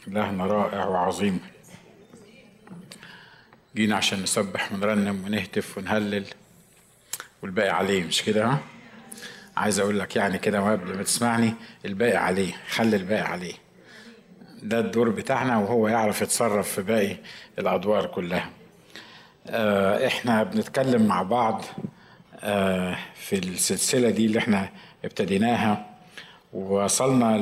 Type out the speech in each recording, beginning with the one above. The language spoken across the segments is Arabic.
إلهنا رائع وعظيم. جينا عشان نسبح ونرنم ونهتف ونهلل والباقي عليه، مش كده؟ ها؟ عايز اقول لك يعني كده قبل ما تسمعني، الباقي عليه، خلي الباقي عليه. ده الدور بتاعنا وهو يعرف يتصرف في باقي الادوار كلها. احنا بنتكلم مع بعض في السلسلة دي اللي احنا ابتديناها، ووصلنا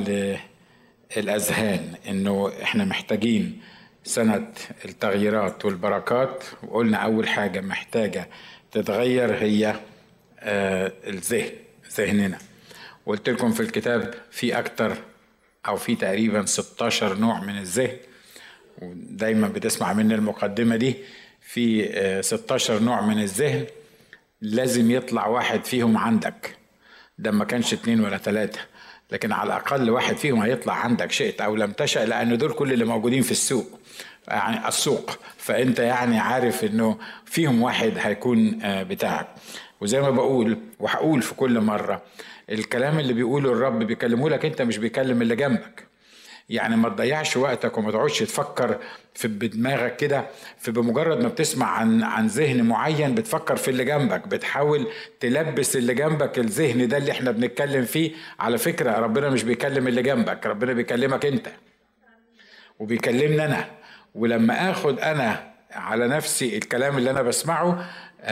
للأذهان انه احنا محتاجين سنة التغييرات والبركات. وقلنا اول حاجة محتاجة تتغير هي الذهن، ذهننا. وقلت لكم في الكتاب في اكتر او في تقريبا 16 نوع من الذهن، ودايما بتسمع مني المقدمة دي. في 16 نوع من الذهن، لازم يطلع واحد فيهم عندك. ده ما كانش 2 ولا 3، لكن على الأقل واحد فيهم هيطلع عندك شئت أو لم تشأ، لأن دول كل اللي موجودين في السوق، يعني السوق. فأنت يعني عارف أنه فيهم واحد هيكون بتاعك. وزي ما بقول وهقول في كل مرة، الكلام اللي بيقوله الرب بيكلمه لك أنت، مش بيكلم اللي جنبك. يعني ما تضيعش وقتك وما تقعدش تفكر في بدماغك كده. بمجرد ما بتسمع عن ذهن معين بتفكر في اللي جنبك، بتحاول تلبس اللي جنبك الذهن ده اللي احنا بنتكلم فيه. على فكرة ربنا مش بيكلم اللي جنبك، ربنا بيكلمك انت وبيكلمني انا. ولما اخد انا على نفسي الكلام اللي انا بسمعه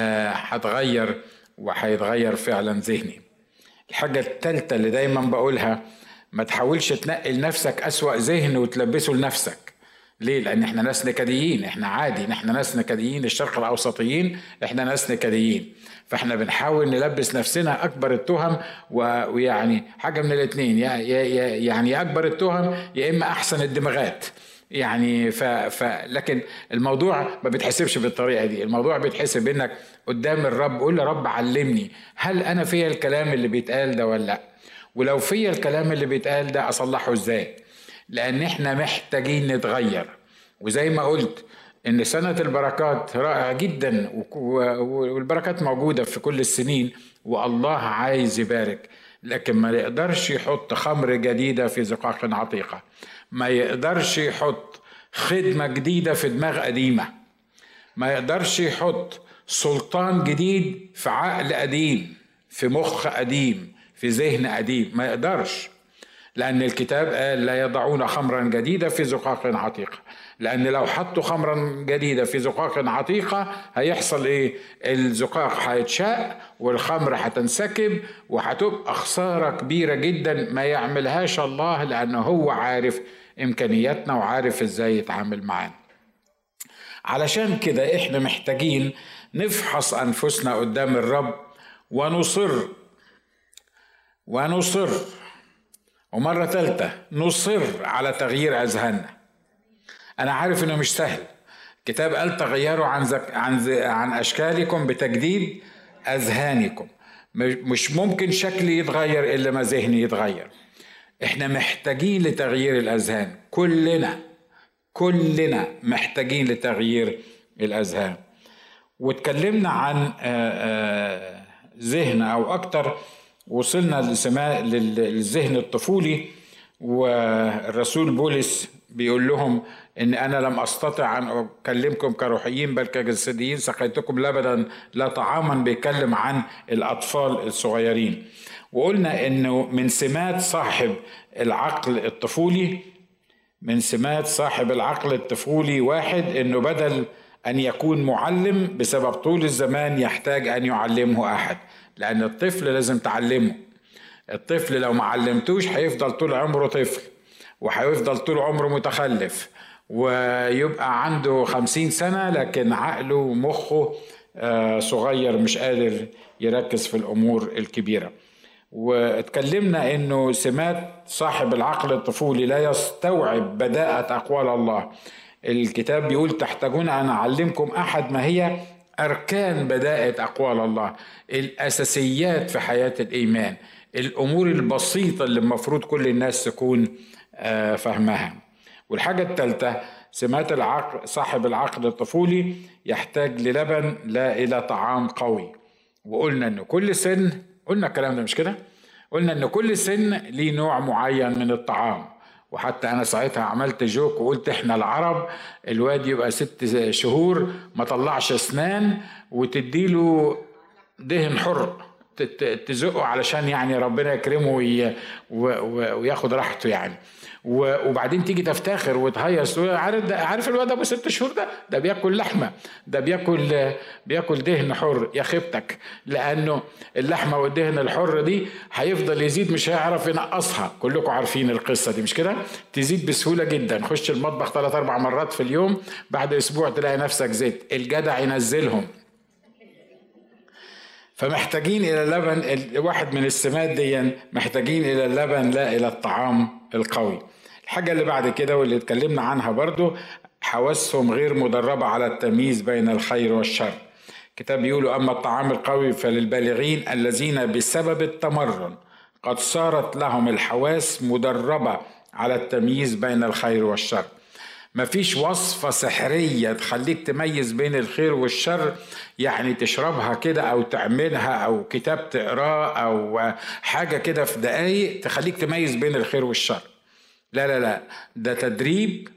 هتغير وهيتغير فعلا ذهني. الحاجة الثالثة اللي دايما بقولها، ما تحاولش تنقل نفسك أسوأ ذهن وتلبسه لنفسك. ليه؟ لأن احنا ناس نكديين، احنا عادي، احنا ناس نكديين، الشرق الأوسطيين احنا ناس نكديين. فاحنا بنحاول نلبس نفسنا أكبر التهم، ويعني حاجة من الاثنين، يعني أكبر التهم يا إما أحسن الدماغات. يعني لكن الموضوع ما بيتحسبش بالطريقة دي. الموضوع بيتحسب انك قدام الرب قول يا رب علمني، هل انا فيا الكلام اللي بيتقال ده ولا لا؟ ولو فيا الكلام اللي بيتقال ده اصلحه ازاي؟ لان احنا محتاجين نتغير. وزي ما قلت ان سنة البركات رائع جدا، والبركات موجودة في كل السنين، والله عايز يبارك، لكن ما يقدرش يحط خمر جديدة في زقاق عتيقة، ما يقدرش يحط خدمة جديدة في دماغ قديمة، ما يقدرش يحط سلطان جديد في عقل قديم، في مخ قديم، في ذهن قديم. ما يقدرش، لأن الكتاب قال لا يضعون خمرا جديدة في زقاق عتيقة. لأن لو حطوا خمرا جديدة في زقاق عتيقة هيحصل إيه؟ الزقاق هيتشق والخمر هتنسكب، وهتبقى خسارة كبيرة جدا ما يعملهاش الله، لأنه هو عارف إمكانياتنا وعارف إزاي يتعامل معانا. علشان كده إحنا محتاجين نفحص أنفسنا قدام الرب ونصر ومرة ثالثة نصر على تغيير أذهاننا. أنا عارف إنه مش سهل. الكتاب قال تغيروا عن أشكالكم بتجديد أذهانكم. مش ممكن شكلي يتغير إلا ما ذهني يتغير. إحنا محتاجين لتغيير الأذهان، كلنا محتاجين لتغيير الأذهان. واتكلمنا عن ذهن أو أكتر، وصلنا للذهن الطفولي. والرسول بولس بيقول لهم ان انا لم استطع ان اكلمكم كروحيين بل كجسديين، سقيتكم لبنا لا طعاما. بيتكلم عن الاطفال الصغيرين. وقلنا انه من سمات صاحب العقل الطفولي واحد، انه بدل ان يكون معلم بسبب طول الزمان يحتاج ان يعلمه احد. لأن الطفل لازم تعلمه. الطفل لو ما علمتوش هيفضل طول عمره طفل، وهيفضل طول عمره متخلف، ويبقى عنده 50 سنة لكن عقله ومخه صغير، مش قادر يركز في الأمور الكبيرة. واتكلمنا إنه سمات صاحب العقل الطفولي لا يستوعب بداءة أقوال الله. الكتاب بيقول تحتاجون أن أعلمكم أحد ما هي أركان بداءة أقوال الله، الأساسيات في حياة الإيمان، الأمور البسيطة اللي المفروض كل الناس تكون فهمها. والحاجة الثالثة سمات صاحب العقل الطفولي يحتاج للبن لا إلى طعام قوي. وقلنا أنه كل سن، قلنا الكلام ده مش كده؟ قلنا أنه كل سن ليه نوع معين من الطعام، وحتى انا ساعتها عملت جوك وقلت احنا العرب الواد يبقى 6 شهور ما طلعش اسنان وتديله دهن حر تزقه علشان يعني ربنا يكرمه وياخد راحته يعني. وبعدين تيجي تفتخر وتهيص، عارف الواد ابو 6 شهور ده بياكل لحمه، ده بياكل دهن حر. يا خيبتك، لانه اللحمه والدهن الحر دي هيفضل يزيد، مش هيعرف ينقصها. كلكم عارفين القصه دي مش كده؟ تزيد بسهوله جدا. خش المطبخ 3-4 مرات في اليوم، بعد اسبوع تلاقي نفسك زيت. الجدع ينزلهم. فمحتاجين الى اللبن، واحد من السمات دي، محتاجين الى اللبن لا الى الطعام القوي. الحاجة اللي بعد كده واللي اتكلمنا عنها برضو، حواسهم غير مدربة على التمييز بين الخير والشر. كتاب يقولوا أما الطعام القوي فللبالغين الذين بسبب التمرن قد صارت لهم الحواس مدربة على التمييز بين الخير والشر. مفيش وصفة سحرية تخليك تميز بين الخير والشر، يعني تشربها كده أو تعملها أو كتاب تقراه أو حاجة كده في دقايق تخليك تميز بين الخير والشر. لا لا لا، ده تدريب،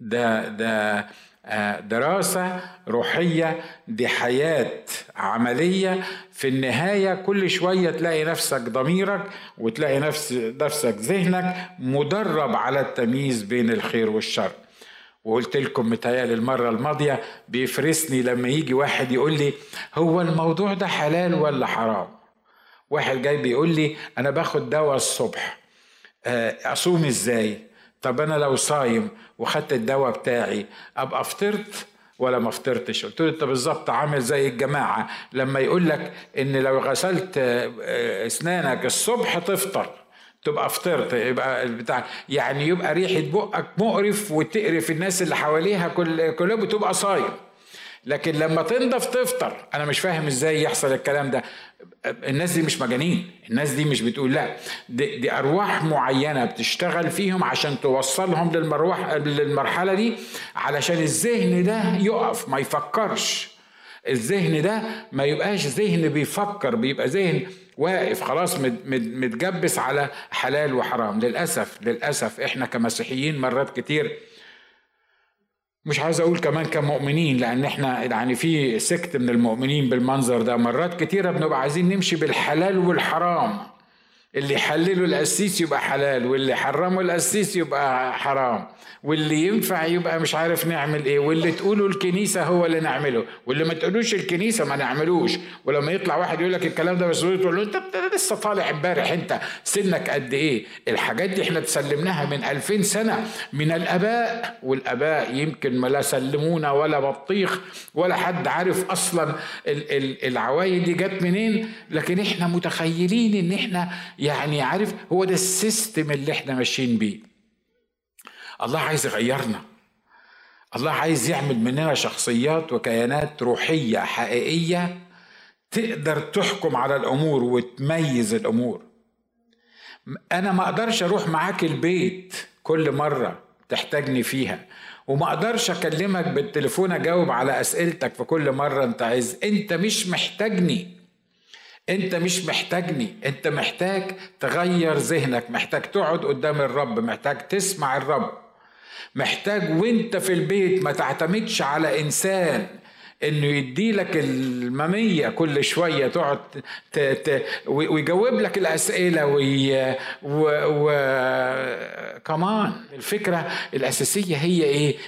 ده دراسة روحية، دي حياة عملية. في النهاية كل شوية تلاقي نفسك ضميرك وتلاقي نفسك ذهنك مدرب على التمييز بين الخير والشر. وقلت لكم متهيألي المرة الماضية بيفرسني لما يجي واحد يقول لي هو الموضوع ده حلال ولا حرام. واحد جاي بيقول لي أنا باخد دواء الصبح، أصوم إزاي؟ طب أنا لو صايم وخدت الدواء بتاعي أبقى فطرت ولا ما فطرتش؟ قلت له أنت بالظبط عامل زي الجماعة لما يقول لك إن لو غسلت أسنانك الصبح تفطر، تبقى فطرت، يبقى بتاع يعني يبقى ريحة بقك مقرف وتقرف الناس اللي حواليها كلها بتبقى صايم. لكن لما تنضف تفطر. انا مش فاهم ازاي يحصل الكلام ده. الناس دي مش مجانين، الناس دي مش بتقول لا، دي ارواح معينة بتشتغل فيهم عشان توصلهم للمرحلة دي، علشان الذهن ده يقف ما يفكرش. الذهن ده ما يبقاش ذهن بيفكر، بيبقى ذهن واقف خلاص متجبس على حلال وحرام. للأسف احنا كمسيحيين مرات كتير، مش عايز اقول كمان كمؤمنين لان احنا يعني في سكت من المؤمنين بالمنظر ده، مرات كتيرة بنبقى عايزين نمشي بالحلال والحرام. اللي يحلله القسيس يبقى حلال، واللي حرمه القسيس يبقى حرام، واللي ينفع يبقى مش عارف نعمل ايه، واللي تقوله الكنيسة هو اللي نعمله، واللي ما تقولوش الكنيسة ما نعملوش. ولما يطلع واحد يقول لك الكلام ده بس تقول له انت لسه طالع امبارح، انت سنك قد ايه؟ الحاجات دي احنا تسلمناها من 2000 سنة من الاباء، والاباء يمكن ما لا سلمونا ولا بطيخ ولا حد عارف اصلا العوايد دي جت منين. لكن احنا متخيلين ان احنا يعني عارف هو ده السيستم اللي احنا ماشيين بيه. الله عايز يغيرنا، الله عايز يعمل مننا شخصيات وكيانات روحية حقيقية تقدر تحكم على الأمور وتميز الأمور. أنا ما أقدرش أروح معاك البيت كل مرة تحتاجني فيها، وما أقدرش أكلمك بالتليفون أجاوب على أسئلتك في كل مرة أنت عايز. أنت مش محتاجني، أنت محتاج تغير ذهنك، محتاج تقعد قدام الرب، محتاج تسمع الرب، محتاج وانت في البيت ما تعتمدش على إنسان إنه يديلك المامية كل شوية تقعد ويجاوب لك الأسئلة كمان. الفكرة الأساسية هي إيه؟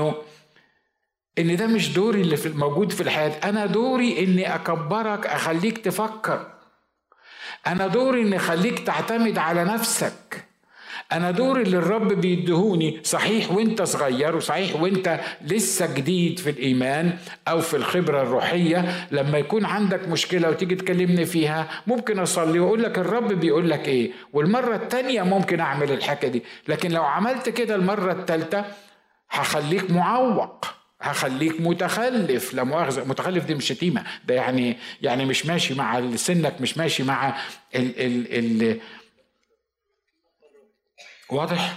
إن ده مش دوري اللي موجود في الحياة. أنا دوري إني أكبرك، أخليك تفكر. أنا دوري إني أخليك تعتمد على نفسك. أنا دوري اللي الرب بيدهوني صحيح وإنت صغير، وصحيح وإنت لسه جديد في الإيمان أو في الخبرة الروحية. لما يكون عندك مشكلة وتيجي تكلمني فيها ممكن أصلي وأقول لك الرب بيقول لك إيه، والمرة التانية ممكن أعمل الحاجة دي. لكن لو عملت كده المرة التالتة هخليك معوق، هخليك متخلف. لا مؤاخذة، متخلف دي مش شتيمة، ده يعني مش ماشي مع سنك، مش ماشي مع ال واضح؟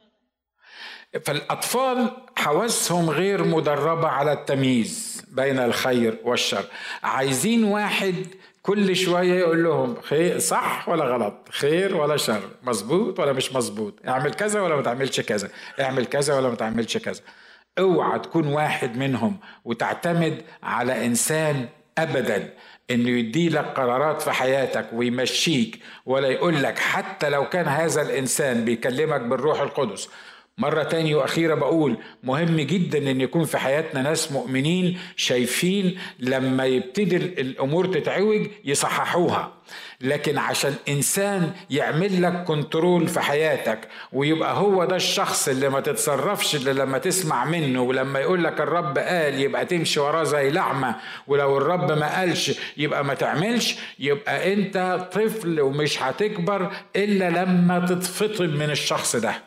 فالأطفال حواسهم غير مدربة على التمييز بين الخير والشر. عايزين واحد كل شوية يقول لهم خير صح ولا غلط، خير ولا شر، مظبوط ولا مش مظبوط، اعمل كذا ولا ما تعملش كذا، اعمل كذا ولا ما تعملش كذا. اوعى تكون واحد منهم وتعتمد على انسان ابدا انه يدي لك قرارات في حياتك ويمشيك، ولا يقول لك حتى لو كان هذا الانسان بيكلمك بالروح القدس. مرة تانية وأخيرة بقول مهم جدا أن يكون في حياتنا ناس مؤمنين شايفين لما يبتدي الأمور تتعوج يصححوها. لكن عشان إنسان يعمل لك كنترول في حياتك ويبقى هو ده الشخص اللي ما تتصرفش اللي لما تسمع منه، ولما يقول لك الرب قال يبقى تمشي وراه زي لعمة، ولو الرب ما قالش يبقى ما تعملش، يبقى أنت طفل ومش هتكبر إلا لما تتفطم من الشخص ده.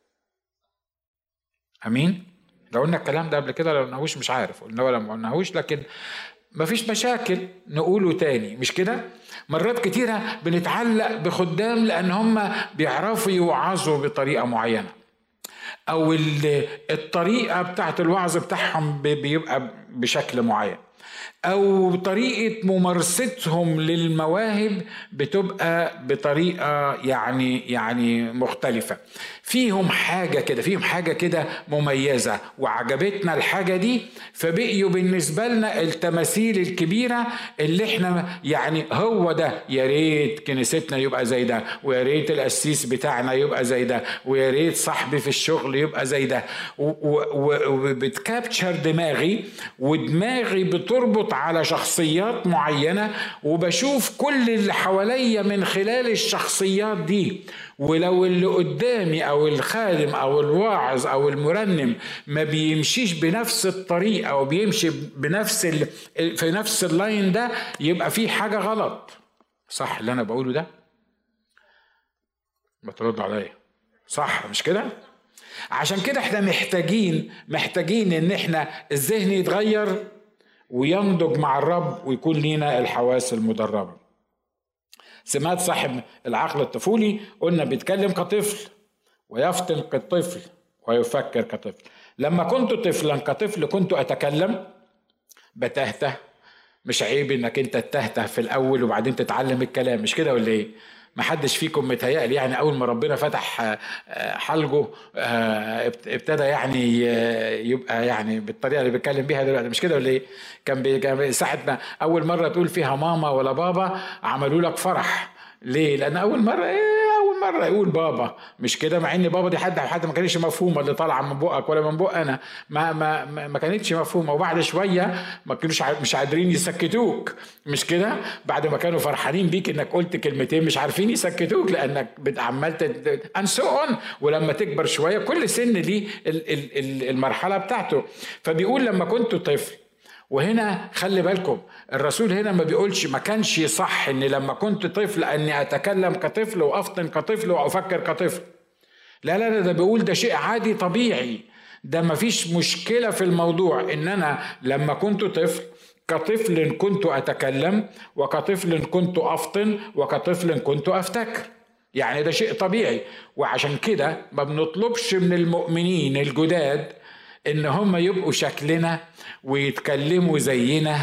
امين. لو قلنا الكلام ده قبل كده، لو قلناهوش مش عارف قلنا ولا ما قلناهوش، لكن مفيش مشاكل نقوله تاني، مش كده؟ مرات كتيرة بنتعلق بخدام لان هم بيعرفوا يوعظوا بطريقة معينة، او الطريقة بتاعت الوعظ بتاعهم بيبقى بشكل معين، او طريقة ممارستهم للمواهب بتبقى بطريقة يعني مختلفة. فيهم حاجة كده مميزة وعجبتنا الحاجة دي، فبقيوا بالنسبة لنا التماثيل الكبيرة اللي احنا يعني هو ده، يا ريت كنيستنا يبقى زي ده، ويا ريت القسيس بتاعنا يبقى زي ده، ويا ريت صاحبي في الشغل يبقى زي ده، وبتكابتشر دماغي، ودماغي بتربط على شخصيات معينة، وبشوف كل اللي حواليا من خلال الشخصيات دي. ولو اللي قدامي او الخادم او الواعظ او المرنم ما بيمشيش بنفس الطريقة او بيمشي في نفس اللاين ده، يبقى في حاجة غلط. صح اللي انا بقوله ده؟ ما ترد عليا، صح مش كده؟ عشان كده احنا محتاجين ان احنا الذهن يتغير وينضج مع الرب ويكون لينا الحواس المدربة. سمعت صاحب العقل الطفولي قلنا بيتكلم كطفل ويفطن كطفل ويفكر كطفل. لما كنت طفلا كطفل كنت أتكلم بتهته. مش عيب انك انت تتهته في الاول وبعدين تتعلم الكلام، مش كده ولا ايه؟ ما حدش فيكم متهيألي يعني اول ما ربنا فتح حلقه ابتدى يعني يبقى يعني بالطريقه اللي بيتكلم بيها دلوقتي، مش كده ولا ايه؟ كان ساعه ما اول مره تقول فيها ماما ولا بابا عملوا لك فرح. ليه؟ لان اول مره يقول بابا، مش كده؟ مع ان بابا دي حد ما كانتش مفهومه اللي طالعه من بقك ولا من بق انا، ما كانتش مفهومه. وبعد شويه ما كانوش مش قادرين يسكتوك، مش كده؟ بعد ما كانوا فرحانين بيك انك قلت كلمتين مش عارفين يسكتوك لانك عمال انسون. ولما تكبر شويه كل سن ليه المرحله بتاعته. فبيقول لما كنت طفل، وهنا خلي بالكم الرسول هنا ما بيقولش ما كانش صح ان لما كنت طفل اني اتكلم كطفل وافطن كطفل وافكر كطفل. لا ده بيقول ده شيء عادي طبيعي، ده ما فيش مشكلة في الموضوع ان انا لما كنت طفل كطفل كنت اتكلم، وكطفل كنت افطن، وكطفل كنت افتكر. يعني ده شيء طبيعي. وعشان كده ما بنطلبش من المؤمنين الجداد ان هم يبقوا شكلنا ويتكلموا زينا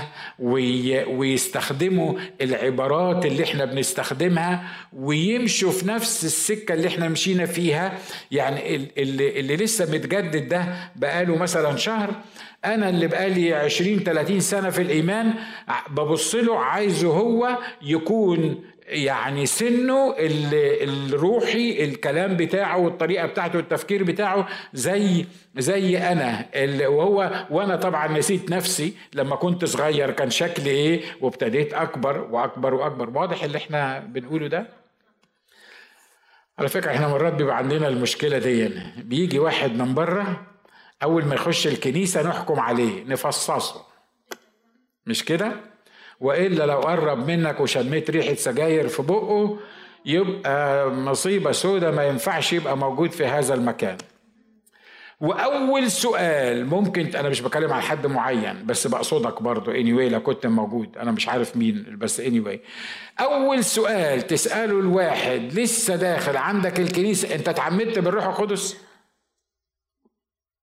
ويستخدموا العبارات اللي احنا بنستخدمها ويمشوا في نفس السكة اللي احنا مشينا فيها. يعني اللي لسه متجدد ده بقاله مثلا شهر، انا اللي بقالي 20-30 سنة في الايمان ببص له عايزه هو يكون يعني سنه الروحي، الكلام بتاعه والطريقة بتاعته والتفكير بتاعه زي أنا وأنا طبعا نسيت نفسي لما كنت صغير كان شكلي إيه، وابتديت أكبر وأكبر وأكبر. واضح اللي احنا بنقوله ده؟ على فكرة احنا مرات بيبقى عندنا المشكلة دي، بيجي واحد من بره أول ما يخش الكنيسة نحكم عليه نفصصه، مش كده؟ وإلا لو قرب منك وشميت ريحة سجاير في بقه يبقى مصيبة سودة، ما ينفعش يبقى موجود في هذا المكان. وأول سؤال ممكن، أنا مش بكلم عن حد معين بس بقصدك برضو anyway لو كنت موجود، أنا مش عارف مين بس anyway، أول سؤال تسأله الواحد لسه داخل عندك الكنيسة، أنت اتعمدت بالروح القدس؟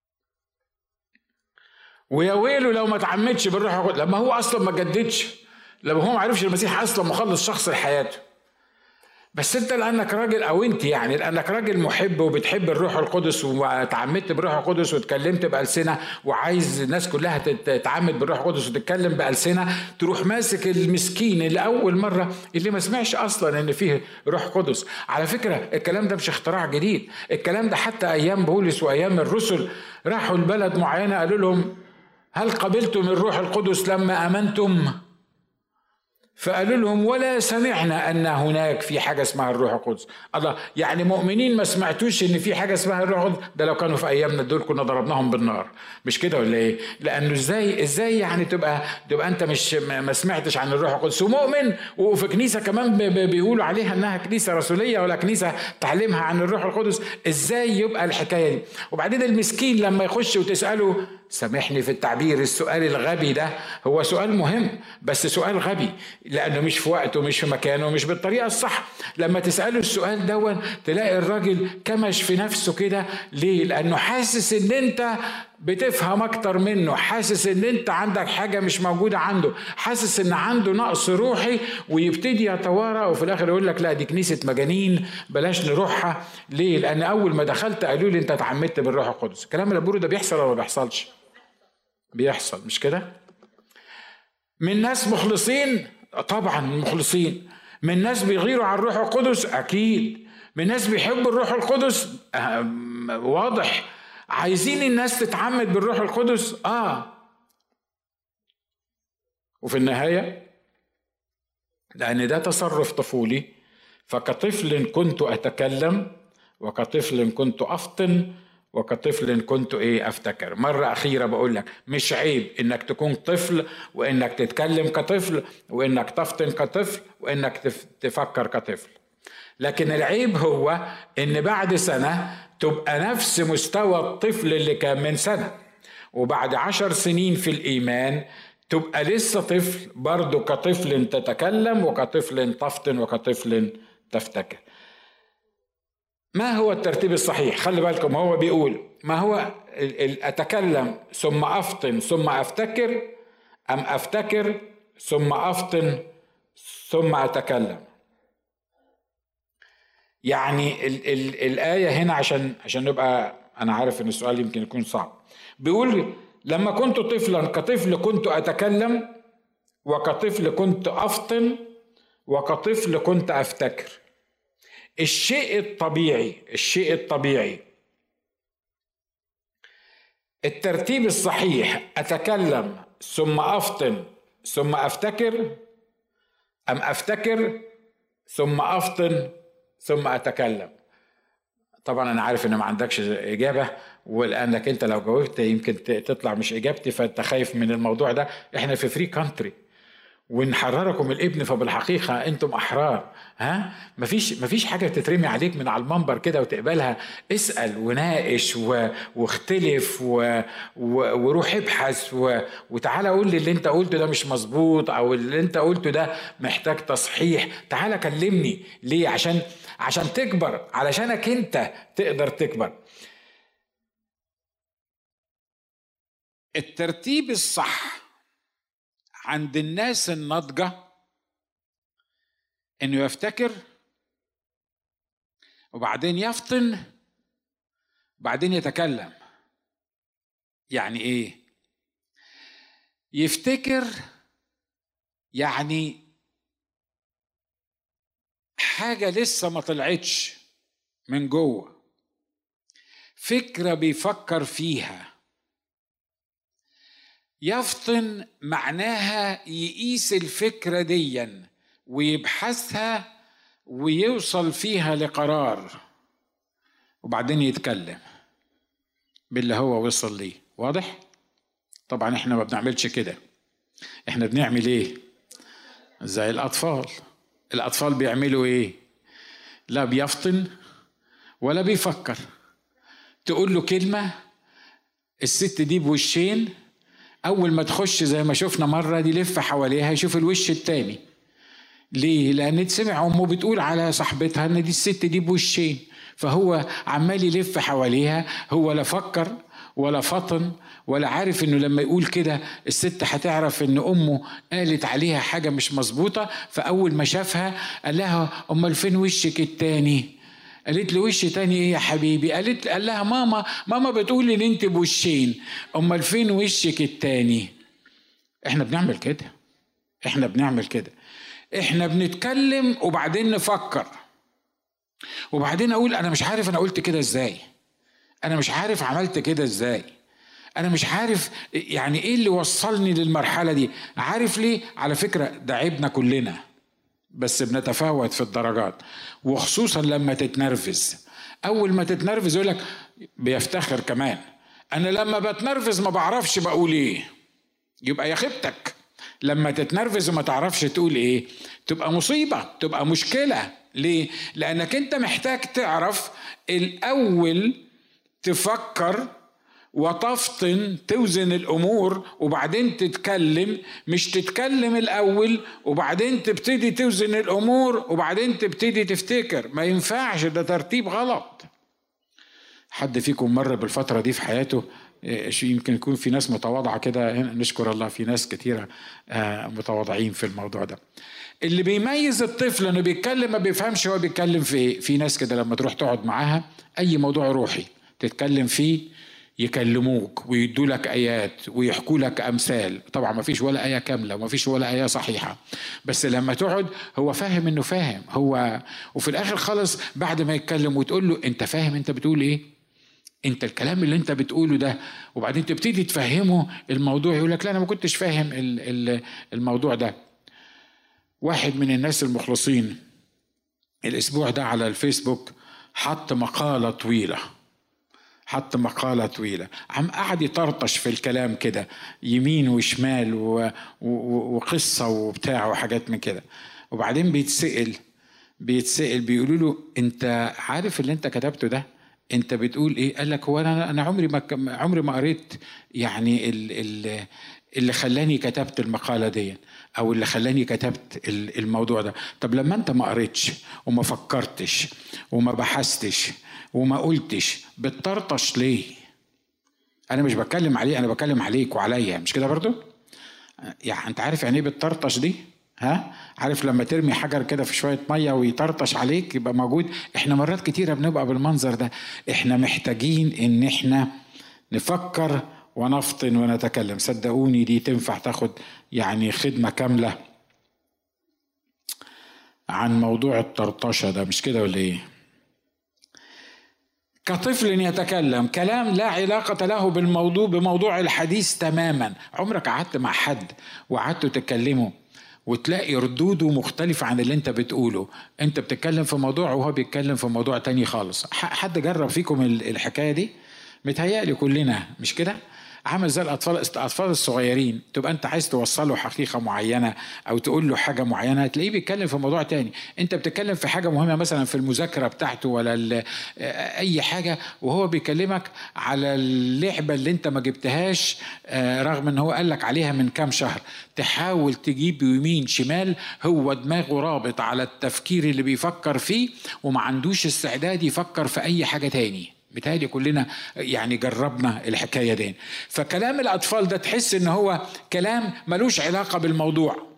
ويا ويله لو ما اتعمدش بالروح القدس، لما هو أصلا ما جددش. لما هو ما عرفش المسيح اصلا مخلص شخص لحياته. بس انت لانك راجل، او انت يعني لانك راجل محب وبتحب الروح القدس وتعمدت بالروح القدس واتكلمت بألسنة وعايز الناس كلها تتعمد بالروح القدس وتتكلم بألسنة، تروح ماسك المسكين اللي اول مرة اللي ما سمعش اصلا ان فيه روح قدس. على فكرة الكلام ده مش اختراع جديد، الكلام ده حتى ايام بولس وايام الرسل راحوا البلد معينة قالوا لهم هل قبلتم الروح القدس لما امنتم؟ فقالوا لهم ولا سمعنا ان هناك في حاجه اسمها الروح القدس. الله، يعني مؤمنين ما سمعتوش ان في حاجه اسمها الروح القدس؟ ده لو كانوا في ايامنا دول كنا ضربناهم بالنار، مش كده ولا ايه؟ لانه ازاي يعني تبقى انت مش ما سمعتش عن الروح القدس ومؤمن، وفي كنيسه كمان بيقولوا عليها انها كنيسه رسوليه ولا كنيسه تعلمها عن الروح القدس؟ ازاي يبقى الحكايه دي؟ وبعدين المسكين لما يخش وتساله، سامحني في التعبير، السؤال الغبي ده هو سؤال مهم بس سؤال غبي، لأنه مش في وقته ومش في مكانه ومش بالطريقة الصح. لما تسأله السؤال دون تلاقي الراجل كمش في نفسه كده. ليه؟ لأنه حاسس إن أنت بتفهم أكتر منه، حاسس إن أنت عندك حاجة مش موجودة عنده، حاسس إن عنده نقص روحي، ويبتدي يتوارى وفي الآخر يقول لك لا دي كنيسة مجانين بلاش نروحها. ليه؟ لأن أول ما دخلت قالوا لي أنت اتعمدت بالروح القدس. الكلام اللي بقوله ده بيحصل ولا ما بيحصلش؟ بيحصل، مش كده؟ من ناس مخلصين، طبعا مخلصين. من ناس بيغيروا على الروح القدس، اكيد. من ناس بيحبوا الروح القدس، واضح. عايزين الناس تتعمد بالروح القدس، وفي النهاية لأن ده تصرف طفولي، فكطفل كنت أتكلم وكطفل كنت أفطن وكطفل كنت أفتكر. مرة أخيرة بقول لك مش عيب إنك تكون طفل وإنك تتكلم كطفل وإنك تفطن كطفل وإنك تفكر كطفل، لكن العيب هو إن بعد سنة تبقى نفس مستوى الطفل اللي كان من سنة، وبعد 10 سنين في الإيمان تبقى لسه طفل برضو، كطفل تتكلم وكطفل تفطن وكطفل تفتكر. ما هو الترتيب الصحيح؟ خلي بالكم، هو بيقول ما هو أتكلم ثم أفطن ثم أفتكر، أم أفتكر ثم أفطن ثم أتكلم؟ يعني الآية هنا عشان نبقى، أنا عارف إن السؤال يمكن يكون صعب. بيقول لما كنت طفلا كطفل كنت أتكلم وكطفل كنت أفطن وكطفل كنت أفتكر. الشيء الطبيعي الترتيب الصحيح أتكلم ثم أفطن ثم أفتكر، أم أفتكر ثم أفطن ثم أتكلم؟ طبعا أنا عارف إن ما عندكش إجابة، ولأنك أنت لو جاوبت يمكن تطلع مش إجابتي، فأنت خايف من الموضوع ده. إحنا في فري كانتري ونحرركم الابن، فبالحقيقة أنتم أحرار. مفيش حاجة تترمي عليك من على المنبر كده وتقبلها. اسأل وناقش واختلف وروح ابحث وتعالى قول لي اللي انت قلته ده مش مظبوط، او اللي انت قلته ده محتاج تصحيح. تعالى كلمني. ليه؟ عشان تكبر، علشانك انت تقدر تكبر. الترتيب الصح عند الناس الناضجة انه يفتكر وبعدين يفطن وبعدين يتكلم. يعني ايه يفتكر؟ يعني حاجة لسه ما طلعتش من جوه، فكرة بيفكر فيها. يفطن معناها يقيس الفكرة ديا ويبحثها ويوصل فيها لقرار وبعدين يتكلم باللي هو وصل ليه. واضح؟ طبعا احنا ما بنعملش كده. احنا بنعمل ايه؟ زي الأطفال بيعملوا ايه؟ لا بيفطن ولا بيفكر. تقول له كلمة، الست دي بوشين، أول ما تخش زي ما شفنا مرة دي لف حواليها يشوف الوش التاني. ليه؟ لأن تسمع أمه بتقول على صاحبتها أن دي الست دي بوشين، فهو عمال يلف حواليها. هو لا فكر ولا فطن ولا عارف انه لما يقول كده الست هتعرف ان امه قالت عليها حاجة مش مظبوطة. فاول ما شافها قال لها امال فين وشك التاني؟ قالت له وش تاني ايه يا حبيبي؟ قال لها ماما بتقول ان انت بوشين، امال فين وشك التاني؟ احنا بنعمل كده. احنا بنتكلم وبعدين نفكر، وبعدين اقول انا مش عارف انا قلت كده ازاي، انا مش عارف عملت كده ازاي، انا مش عارف يعني ايه اللي وصلني للمرحلة دي. عارف ليه؟ على فكرة ده عيبنا كلنا، بس بنتفاوت في الدرجات، وخصوصا لما تتنرفز. اول ما تتنرفز يقولك، بيفتخر كمان، انا لما بتنرفز ما بعرفش بقول ايه. يبقى يا خيبتك لما تتنرفز وما تعرفش تقول ايه، تبقى مصيبة، تبقى مشكلة. ليه؟ لانك انت محتاج تعرف الاول تفكر وتفطن، توزن الامور وبعدين تتكلم، مش تتكلم الاول وبعدين تبتدي توزن الامور وبعدين تبتدي تفتكر. ما ينفعش، ده ترتيب غلط. حد فيكم مر بالفترة دي في حياته؟ يمكن يكون في ناس متواضعة كده، نشكر الله في ناس كتيرة متواضعين في الموضوع ده. اللي بيميز الطفل انه بيتكلم ما بيفهمش هو بيتكلم في ايه. في ناس كده لما تروح تقعد معاها اي موضوع روحي تتكلم فيه يكلموك ويدوا لك آيات ويحكوا لك أمثال. طبعا ما فيش ولا آية كاملة وما فيش ولا آية صحيحة، بس لما تقعد هو فاهم انه فاهم هو. وفي الاخر خالص بعد ما يتكلم وتقول له انت فاهم انت بتقول ايه، انت الكلام اللي انت بتقوله ده، وبعدين تبتدي تفهمه الموضوع، يقول لك لا انا ما كنتش فاهم الموضوع ده. واحد من الناس المخلصين الاسبوع ده على الفيسبوك حط مقالة طويلة، عم قاعد يطرطش في الكلام كده يمين وشمال وقصة وبتاع وحاجات من كده. وبعدين بيتسأل بيقولوا له انت عارف اللي انت كتبته ده انت بتقول ايه؟ قال لك هو انا عمري ما قريت يعني اللي خلاني كتبت المقالة دي او اللي خلاني كتبت الموضوع ده. طب لما انت ما قريتش وما فكرتش وما بحثتش وما قلتش بتطرطش ليه؟ انا مش بتكلم عليه، انا بتكلم عليك وعليا، مش كده برضو؟ يعني انت عارف يعني ايه بتطرطش دي؟ عارف لما ترمي حجر كده في شوية مية ويطرطش عليك يبقى موجود؟ احنا مرات كتيرة بنبقى بالمنظر ده. احنا محتاجين ان احنا نفكر ونفطن ونتكلم. صدقوني دي تنفع تاخد يعني خدمة كاملة عن موضوع الطرطشة ده، مش كده ولا ايه؟ كطفل يتكلم كلام لا علاقة له بموضوع الحديث تماما. عمرك قعدت مع حد وقعدتوا تتكلموا وتلاقي ردوده مختلفة عن اللي انت بتقوله؟ انت بتتكلم في موضوع وهو بيتكلم في موضوع تاني خالص. حد جرب فيكم الحكاية دي؟ متهيألي كلنا، مش كده؟ عامل زي الأطفال الصغيرين، تبقى أنت عايز توصله حقيقة معينة أو تقول له حاجة معينة، تلاقيه بيتكلم في موضوع تاني. أنت بتتكلم في حاجة مهمة مثلا في المذاكرة بتاعته ولا أي حاجة، وهو بيكلمك على اللعبة اللي أنت ما جبتهاش رغم أنه هو قالك عليها من كام شهر. تحاول تجيب يمين شمال، هو دماغه رابط على التفكير اللي بيفكر فيه وما عندوش استعداد يفكر في أي حاجة تاني. بتهيألي كلنا يعني جربنا الحكاية دي. فكلام الأطفال ده تحس إن هو كلام ملوش علاقة بالموضوع.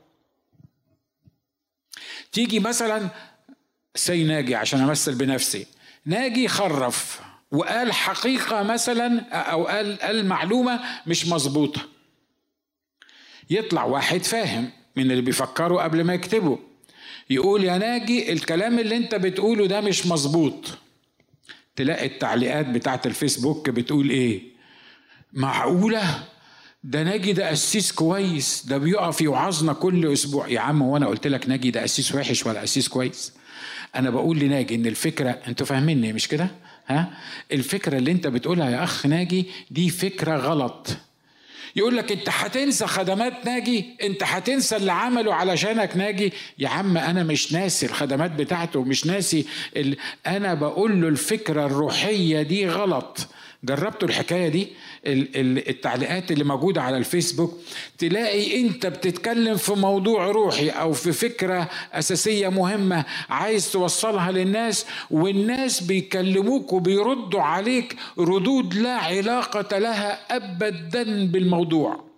تيجي مثلا ناجي، عشان أمثل بنفسي، ناجي خرف وقال حقيقة مثلا أو قال معلومة مش مظبوطة، يطلع واحد فاهم من اللي بيفكروا قبل ما يكتبوا يقول يا ناجي الكلام اللي انت بتقوله ده مش مظبوط. تلاقي التعليقات بتاعت الفيسبوك بتقول ايه؟ معقولة؟ ده ناجي ده قسيس كويس، ده بيقف يوعظنا كل اسبوع. يا عم وانا قلت لك ناجي ده قسيس وحش ولا قسيس كويس؟ انا بقول لناجي ان الفكرة، انتوا فاهميني مش كده؟ الفكرة اللي انت بتقولها يا اخ ناجي دي فكرة غلط. يقول لك انت هتنسى خدمات ناجي، انت هتنسى اللي عمله علشانك ناجي. يا عم انا مش ناسي الخدمات بتاعته، مش ناسي انا بقول له الفكرة الروحية دي غلط. جربتوا الحكاية دي؟ التعليقات اللي موجودة على الفيسبوك، تلاقي انت بتتكلم في موضوع روحي او في فكرة اساسية مهمة عايز توصلها للناس، والناس بيكلموك وبيردوا عليك ردود لا علاقة لها ابدا بالموضوع.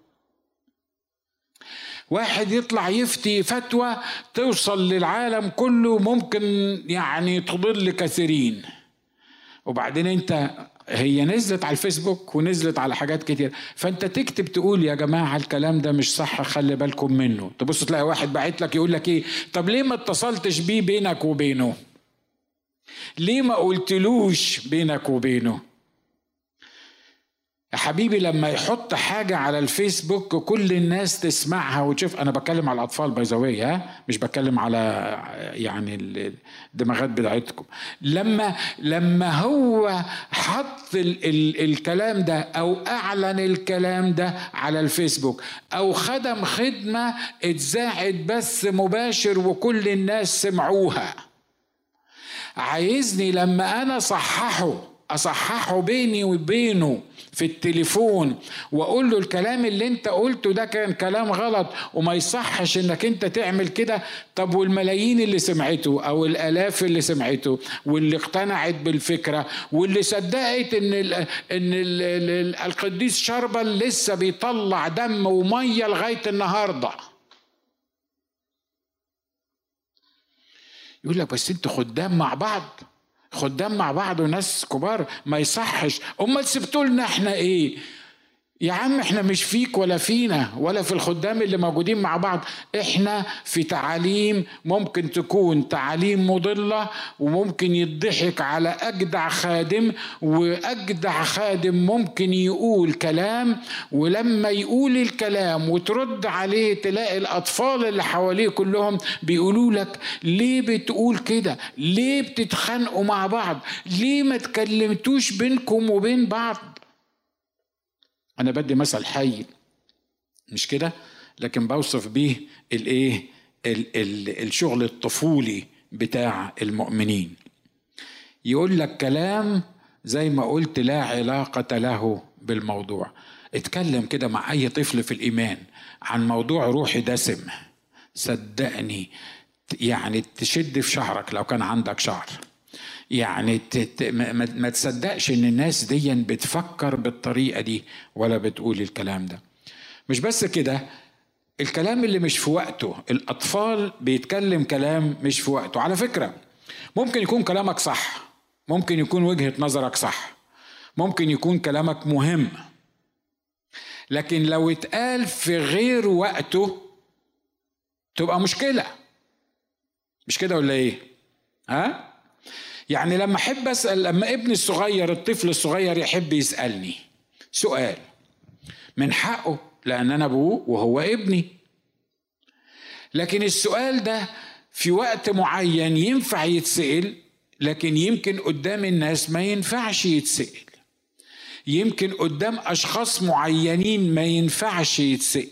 واحد يطلع يفتي فتوى توصل للعالم كله، ممكن يعني تضل كثيرين، وبعدين انت هي نزلت على الفيسبوك ونزلت على حاجات كتير، فانت تكتب تقول يا جماعة الكلام ده مش صح، خلي بالكم منه. تبص تلاقي واحد باعت لك يقول لك ايه، طب ليه ما اتصلتش بيه بينك وبينه؟ ليه ما قلتلوش بينك وبينه؟ يا حبيبي لما يحط حاجة على الفيسبوك كل الناس تسمعها وتشوف. أنا بتكلم على الأطفال بايزاوية، ها، مش بتكلم على يعني الدماغات بتاعتكم. لما هو حط الكلام ده أو أعلن الكلام ده على الفيسبوك أو خدم خدمة اتذاعت بث مباشر وكل الناس سمعوها، عايزني لما أنا أصححه بيني وبينه في التليفون واقول له الكلام اللي انت قلته ده كان كلام غلط وما يصحش انك انت تعمل كده؟ طب والملايين اللي سمعته او الالاف اللي سمعته واللي اقتنعت بالفكرة واللي صدقت ان القديس شربل لسه بيطلع دم ومية لغاية النهاردة، يقول لك بس انتوا خدام مع بعض وناس كبار، ما يصحش. امال سبتوا لنا احنا ايه يا عم؟ احنا مش فيك ولا فينا ولا في الخدام اللي موجودين مع بعض. احنا في تعاليم ممكن تكون تعاليم مضلة، وممكن يضحك على اجدع خادم، واجدع خادم ممكن يقول كلام، ولما يقول الكلام وترد عليه تلاقي الاطفال اللي حواليه كلهم بيقولوا لك ليه بتقول كده؟ ليه بتتخانقوا مع بعض؟ ليه ما تكلمتوش بينكم وبين بعض؟ أنا بدي مثل حي مش كده، لكن بوصف بيه الإيه الشغل الطفولي بتاع المؤمنين. يقول لك كلام زي ما قلت لا علاقة له بالموضوع. اتكلم كده مع أي طفل في الإيمان عن موضوع روحي دسم، صدقني يعني تشد في شعرك لو كان عندك شعر. يعني ما تصدقش ان الناس دي بتفكر بالطريقة دي ولا بتقول الكلام ده. مش بس كده، الكلام اللي مش في وقته، الأطفال بيتكلم كلام مش في وقته. على فكرة ممكن يكون كلامك صح، ممكن يكون وجهة نظرك صح، ممكن يكون كلامك مهم، لكن لو اتقال في غير وقته تبقى مشكلة. مش كده ولا ايه؟ ها؟ يعني لما احب اسال، لما ابني الصغير الطفل الصغير يحب يسالني سؤال، من حقه لان انا ابوه وهو ابني، لكن السؤال ده في وقت معين ينفع يتسال، لكن يمكن قدام الناس ما ينفعش يتسال، يمكن قدام اشخاص معينين ما ينفعش يتسال،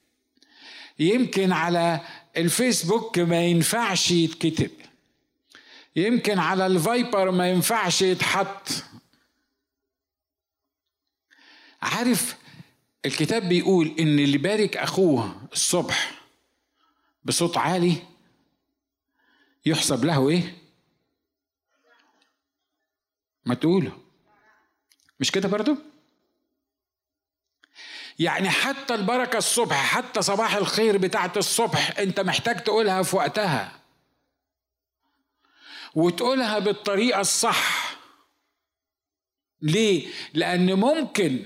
يمكن على الفيسبوك ما ينفعش يتكتب، يمكن على الفايبر ما ينفعش يتحط. عارف الكتاب بيقول ان اللي بارك اخوه الصبح بصوت عالي يحسب له ايه؟ ما تقوله. مش كده برضو؟ يعني حتى البركة الصبح، حتى صباح الخير بتاعت الصبح انت محتاج تقولها في وقتها، وتقولها بالطريقة الصح. ليه؟ لأن ممكن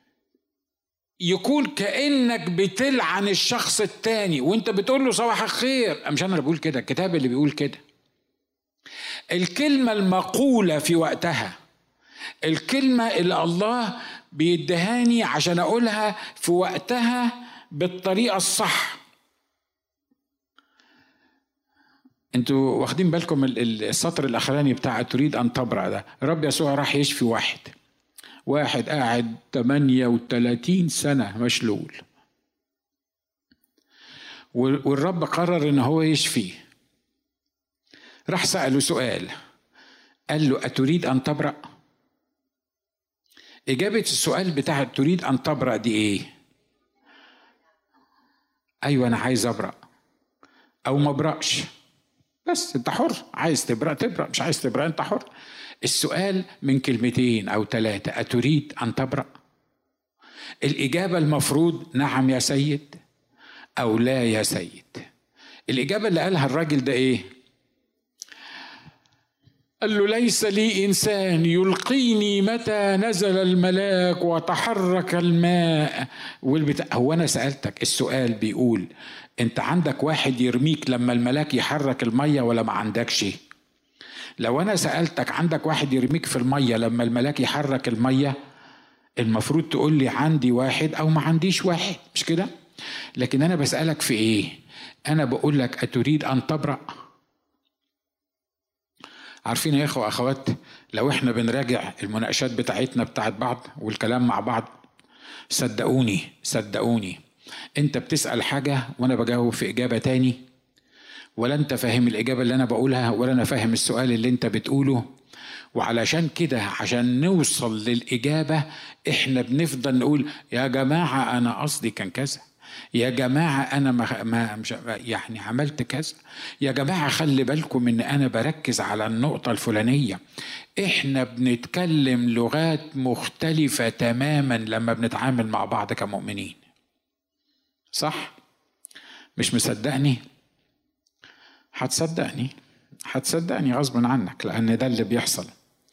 يكون كأنك بتلعن الشخص التاني وانت بتقول له صباح الخير. مش أنا اللي بقول كده، الكتاب اللي بيقول كده. الكلمة المقولة في وقتها، الكلمة اللي الله بيدهاني عشان أقولها في وقتها بالطريقة الصح. انتوا واخدين بالكم السطر الاخراني بتاع تريد ان تبرأ ده؟ الرب يسوع راح يشفي واحد قاعد 38 سنة مشلول، والرب قرر ان هو يشفيه. راح سأله سؤال، قال له أتريد ان تبرأ؟ إجابة السؤال بتاع تريد أن تبرأ دي إيه؟ أيوة أنا عايز أبرأ أو ما أبرأش، بس أنت حر، عايز تبرأ تبرأ، مش عايز تبرأ أنت حر. السؤال من كلمتين أو 3، أتريد أن تبرأ؟ الإجابة المفروض نعم يا سيد أو لا يا سيد. الإجابة اللي قالها الراجل ده إيه؟ قال له ليس لي إنسان يلقيني متى نزل الملاك وتحرك الماء والبتاع. هو أنا سألتك السؤال بيقول أنت عندك واحد يرميك لما الملاك يحرك المية ولا ما عندكش؟ لو أنا سألتك عندك واحد يرميك في المية لما الملاك يحرك المية، المفروض تقول لي عندي واحد أو ما عنديش واحد، مش كده؟ لكن أنا بسألك في إيه؟ أنا بقول لك أتريد أن تبرأ؟ عارفين يا اخوة اخوات، لو احنا بنراجع المناقشات بتاعتنا بتاعت بعض والكلام مع بعض، صدقوني انت بتسأل حاجة وانا بجاوب في اجابة تاني، ولا انت فاهم الاجابة اللي انا بقولها ولا انا فاهم السؤال اللي انت بتقوله. وعلشان كده عشان نوصل للاجابة احنا بنفضل نقول يا جماعة انا قصدي كان كذا، يا جماعة أنا مش يعني عملت كذا، يا جماعة خلي بالكم إن أنا بركز على النقطة الفلانية. إحنا بنتكلم لغات مختلفة تماما لما بنتعامل مع بعض كمؤمنين، صح؟ مش مصدقني؟ هتصدقني غصبا عنك، لأن ده اللي بيحصل.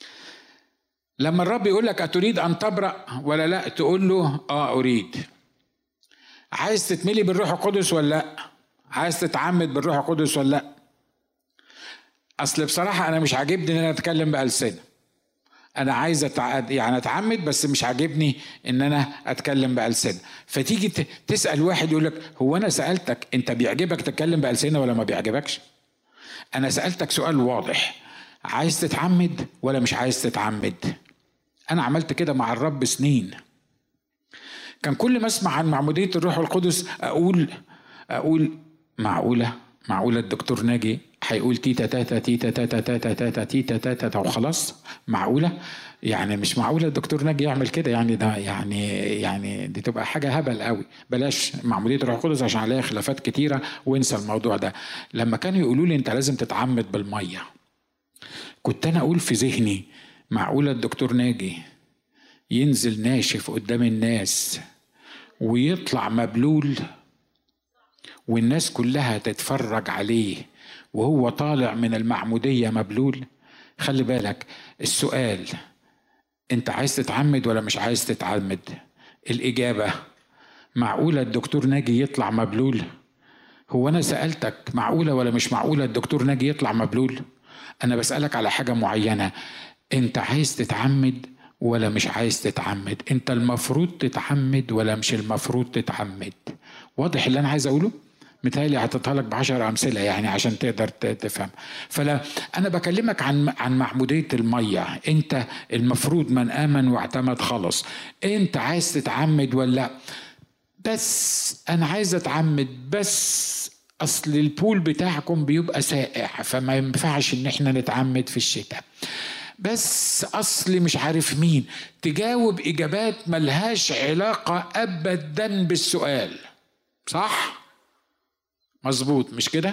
لما الرب يقول لك أتريد أن تبرأ ولا لا، تقول له أريد. عايز تتملي بالروح القدس ولا لا؟ عايز تتعمد بالروح القدس ولا لا؟ اصل بصراحه انا مش عاجبني ان انا اتكلم بألسنة، انا عايز اتعمد بس مش عاجبني ان انا اتكلم بألسنة. فتيجي تسأل واحد يقول لك هو انا سألتك انت بيعجبك تتكلم بألسنة ولا ما بيعجبكش؟ انا سألتك سؤال واضح، عايز تتعمد ولا مش عايز تتعمد؟ انا عملت كده مع الرب سنين. كان كل ما اسمع عن معمودية الروح القدس اقول معقولة الدكتور ناجي هيقول تيتا تاتا تيتا تاتا تاتا تاتا تيتا تاتا وخلاص؟ معقولة؟ يعني مش معقولة الدكتور ناجي يعمل كده، يعني ده يعني دي تبقى حاجة هبل قوي. بلاش معمودية الروح القدس عشان عليها خلافات كتيرة، وانسى الموضوع ده. لما كانوا يقولوا لي انت لازم تتعمد بالمية، كنت انا اقول في ذهني معقولة الدكتور ناجي ينزل ناشف قدام الناس ويطلع مبلول والناس كلها تتفرج عليه وهو طالع من المعمودية مبلول؟ خلي بالك السؤال انت عايز تتعمد ولا مش عايز تتعمد؟ الإجابة معقولة الدكتور ناجي يطلع مبلول؟ هو أنا سألتك معقولة ولا مش معقولة الدكتور ناجي يطلع مبلول؟ أنا بسألك على حاجة معينة، انت عايز تتعمد ولا مش عايز تتعمد؟ انت المفروض تتعمد ولا مش المفروض تتعمد؟ واضح اللي انا عايز اقوله؟ متهيألي هحطها لك ب10 أمثلة يعني عشان تقدر تفهم. فلا أنا بكلمك عن معمودية المية، أنت المفروض من آمن واعتمد خلص. أنت عايز تتعمد ولا؟ بس أنا عايز أتعمد، بس أصل البول بتاعكم بيبقى ساقع فما ينفعش إن احنا نتعمد في الشتاء، بس أصل مش عارف مين. تجاوب إجابات ملهاش علاقة أبدا بالسؤال، صح؟ مظبوط مش كده؟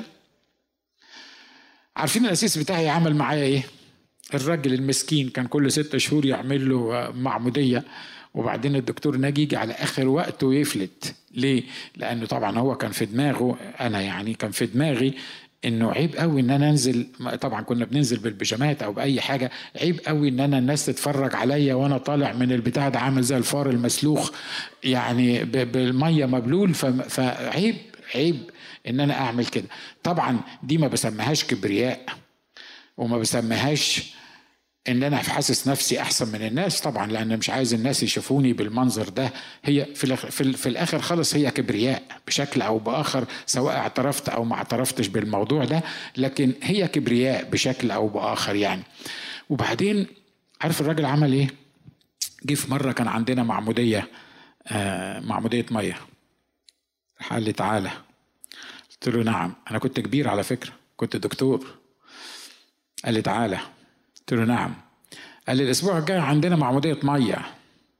عارفين الأسيس بتاعي عمل معايا إيه؟ الراجل المسكين كان كل 6 شهور يعمل له معمودية، وبعدين الدكتور ناجي يجي على آخر وقت ويفلت. ليه؟ لأنه طبعا هو كان في دماغه، أنا يعني كان في دماغي إنه عيب قوي إن أنا أنزل، طبعا كنا بننزل بالبيجامات أو بأي حاجة، عيب قوي إن أنا الناس تتفرج عليا وأنا طالع من البتاع ده عامل زي الفار المسلوخ يعني بالمية مبلول، فعيب ان انا اعمل كده. طبعا دي ما بسميهاش كبرياء وما بسميهاش ان انا حاسس نفسي احسن من الناس، طبعا لان مش عايز الناس يشوفوني بالمنظر ده. هي في الاخر خالص هي كبرياء بشكل او باخر، سواء اعترفت او ما اعترفتش بالموضوع ده، لكن هي كبرياء بشكل او باخر يعني. وبعدين عارف الراجل عمل ايه؟ جه في مره كان عندنا معموديه ميه، قال لي تعالى. قلت له نعم. انا كنت كبير على فكرة، كنت دكتور. قال لي تعالى. قلت له نعم. قال لي الاسبوع الجاي عندنا معمودية مية.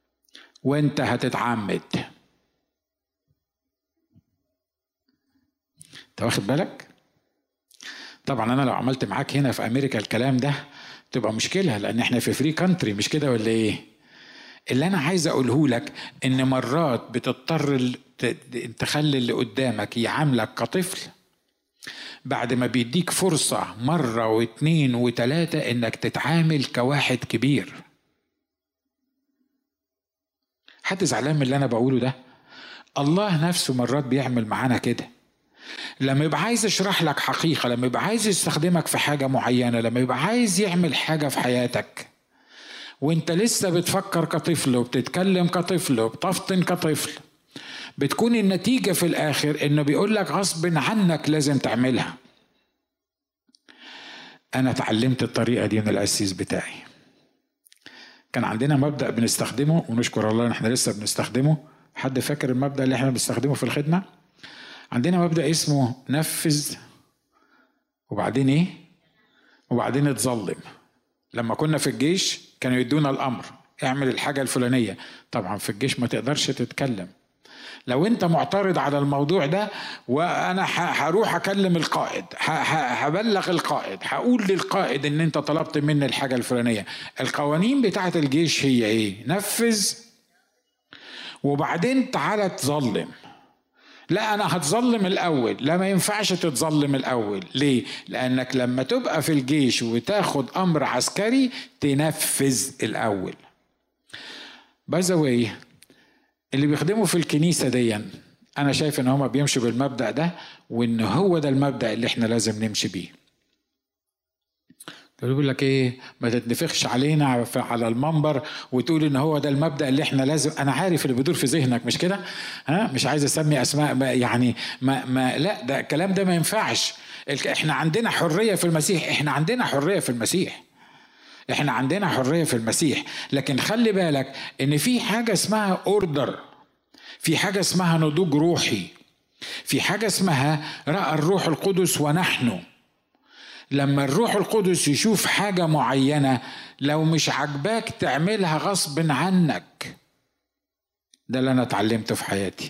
وانت هتتعمد. انت واخد بالك؟ طبعا انا لو عملت معاك هنا في امريكا الكلام ده تبقى مشكلة، لان احنا في فري كانتري، مش كده ولا ايه؟ اللي انا عايز اقوله لك ان مرات بتضطر تخلي اللي قدامك يعاملك كطفل بعد ما بيديك فرصة مرة واثنين وثلاثة انك تتعامل كواحد كبير. حد زعلان من اللي انا بقوله ده؟ الله نفسه مرات بيعمل معانا كده، لما يبقى عايز يشرح لك حقيقة، لما يبقى عايز يستخدمك في حاجة معينة، لما يبقى عايز يعمل حاجة في حياتك وانت لسه بتفكر كطفل وبتتكلم كطفل وبتفطن كطفل، بتكون النتيجة في الآخر انه بيقول لك غصب عنك لازم تعملها. انا اتعلمت الطريقة دي من الأسيس بتاعي. كان عندنا مبدأ بنستخدمه ونشكر الله ان احنا لسه بنستخدمه. حد فاكر المبدأ اللي احنا بنستخدمه في الخدمة؟ عندنا مبدأ اسمه نفذ وبعدين ايه؟ وبعدين اتظلم. لما كنا في الجيش كانوا يدونا الامر اعمل الحاجة الفلانية. طبعا في الجيش ما تقدرش تتكلم. لو انت معترض على الموضوع ده وانا هروح اكلم القائد، هبلغ القائد، هقول للقائد ان انت طلبت مني الحاجة الفلانية. القوانين بتاعة الجيش هي ايه؟ نفذ وبعدين تعالى تظلم. لا انا هتظلم الاول. لا ما ينفعش تتظلم الاول. ليه؟ لانك لما تبقى في الجيش وتاخد امر عسكري تنفذ الاول. باي ذا واي اللي بيخدموا في الكنيسة دي انا شايف ان هما بيمشوا بالمبدأ ده، وان هو ده المبدأ اللي احنا لازم نمشي بيه. يقول لك ايه؟ ما تتنفخش علينا على المنبر وتقول ان هو ده المبدأ اللي احنا لازم. انا عارف اللي بيدور في ذهنك، مش كده؟ مش عايز اسمي اسماء يعني ما لا، ده الكلام ده ما ينفعش. احنا عندنا حرية في المسيح، احنا عندنا حرية في المسيح، احنا عندنا حرية في المسيح. لكن خلي بالك ان في حاجة اسمها اوردر، في حاجة اسمها نضوج روحي، في حاجة اسمها رأى الروح القدس. ونحن لما الروح القدس يشوف حاجة معينة لو مش عجباك تعملها غصب عنك. ده اللي انا اتعلمته في حياتي.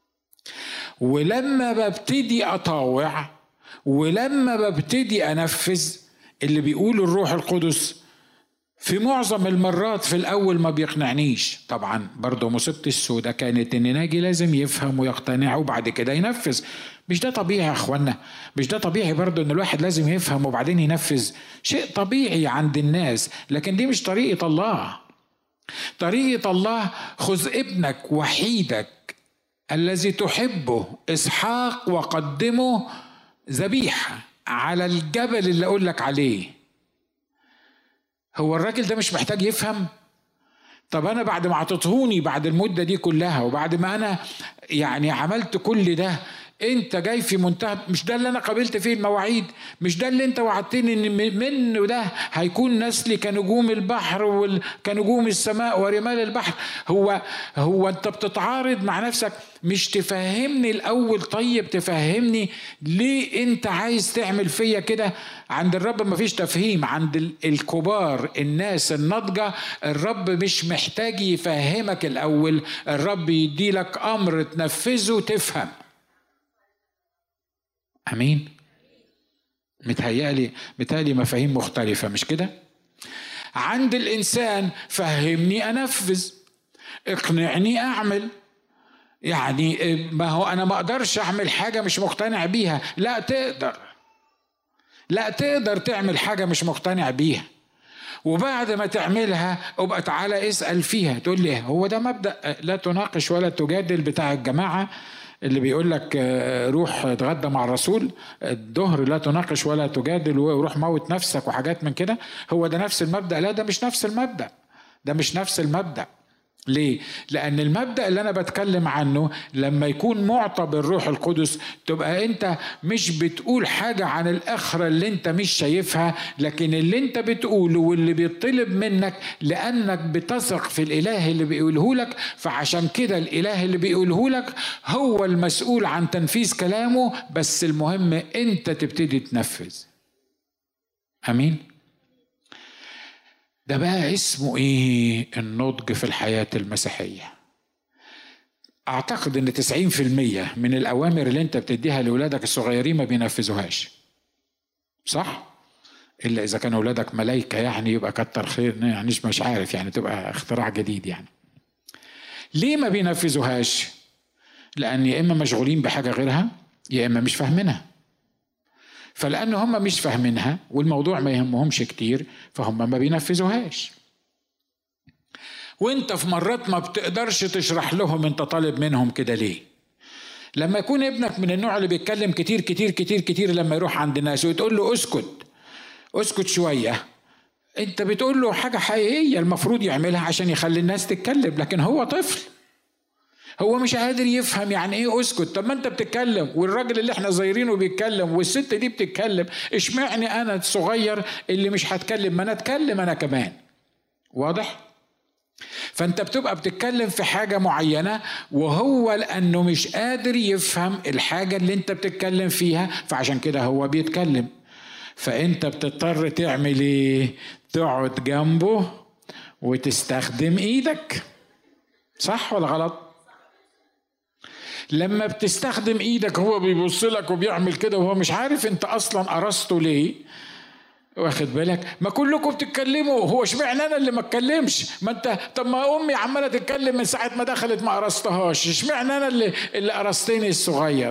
ولما ببتدي اطاوع ولما ببتدي انفذ اللي بيقوله الروح القدس، في معظم المرات في الأول ما بيقنعنيش. طبعا برضو مصيبتي السوداء كانت إن ناجي لازم يفهم ويقتنع وبعد كده ينفذ. مش ده طبيعي يا أخوانا؟ مش ده طبيعي برضو إن الواحد لازم يفهم وبعدين ينفذ؟ شيء طبيعي عند الناس، لكن دي مش طريقة الله. طريقة الله خذ ابنك وحيدك الذي تحبه إسحاق وقدمه ذبيحة على الجبل اللي أقول لك عليه. هو الراجل ده مش محتاج يفهم؟ طب أنا بعد ما عطتهوني بعد المدة دي كلها وبعد ما أنا يعني عملت كل ده، أنت جاي في منتهى، مش ده اللي أنا قابلت فيه المواعيد؟ مش ده اللي أنت وعدتني إن منه ده هيكون نسلي كنجوم البحر وكنجوم السماء ورمال البحر؟ هو أنت بتتعارض مع نفسك؟ مش تفهمني الأول؟ طيب تفهمني ليه أنت عايز تعمل فيا كده؟ عند الرب مفيش تفهيم. عند الكبار الناس الناضجة الرب مش محتاج يفهمك الأول، الرب يدي لك أمر تنفذه تفهم. أمين؟ متهيألي مفاهيم مختلفة، مش كده؟ عند الإنسان فهمني أنفذ، اقنعني أعمل. يعني ما هو أنا ما أقدرش أعمل حاجة مش مقتنع بيها. لا تقدر تعمل حاجة مش مقتنع بيها، وبعد ما تعملها ابقى تعالى اسأل فيها. تقول لي هو ده مبدأ لا تناقش ولا تجادل بتاع الجماعة اللي بيقول لك روح اتغدى مع الرسول الظهر، لا تناقش ولا تجادل وروح موت نفسك وحاجات من كده؟ هو ده نفس المبدأ؟ لا، ده مش نفس المبدأ. ده مش نفس المبدأ. ليه؟ لأن المبدأ اللي أنا بتكلم عنه لما يكون معطى بالروح القدس تبقى أنت مش بتقول حاجة عن الآخرة اللي أنت مش شايفها، لكن اللي أنت بتقوله واللي بيطلب منك لأنك بتثق في الإله اللي بيقوله لك، فعشان كده الإله اللي بيقوله لك هو المسؤول عن تنفيذ كلامه، بس المهم أنت تبتدي تنفذ. أمين؟ ده بقى اسمه ايه؟ النضج في الحياة المسيحية. اعتقد ان 90% من الاوامر اللي انت بتديها لاولادك الصغيرين ما بينفذوهاش، صح؟ الا اذا كانوا اولادك ملايكه يعني يبقى كتر خير، يعني مش عارف يعني تبقى اختراع جديد يعني. ليه ما بينفذوهاش؟ لان يا اما مشغولين بحاجه غيرها يا اما مش فاهمينها. فلان هم مش فاهمينها والموضوع ما يهمهمش كتير فهم ما بينفذوهاش. وانت في مرات ما بتقدرش تشرح لهم انت طالب منهم كده ليه. لما يكون ابنك من النوع اللي بيتكلم كتير كتير كتير كتير، لما يروح عند الناس وتقول له اسكت شوية، انت بتقول له حاجة حقيقية المفروض يعملها عشان يخلي الناس تتكلم، لكن هو طفل هو مش قادر يفهم يعني ايه اسكت. طب ما انت بتتكلم والراجل اللي احنا زايرينه بيتكلم والست دي بتتكلم، اشمعني انا الصغير اللي مش هتكلم؟ ما انا اتكلم انا كمان. واضح؟ فانت بتبقى بتتكلم في حاجة معينة وهو لانه مش قادر يفهم الحاجة اللي انت بتتكلم فيها فعشان كده هو بيتكلم. فانت بتضطر تعمل ايه؟ تقعد جنبه وتستخدم ايدك. صح ولا غلط؟ لما بتستخدم ايدك هو بيبص لك وبيعمل كده وهو مش عارف انت اصلا قرصته ليه. واخد بالك؟ ما كلكم بتتكلموا، هو اشمعنى انا اللي ما اتكلمش؟ ما انت طب ما امي عماله تتكلم من ساعه ما دخلت ما قرصتهاش، اشمعنى انا اللي قرصتني الصغير؟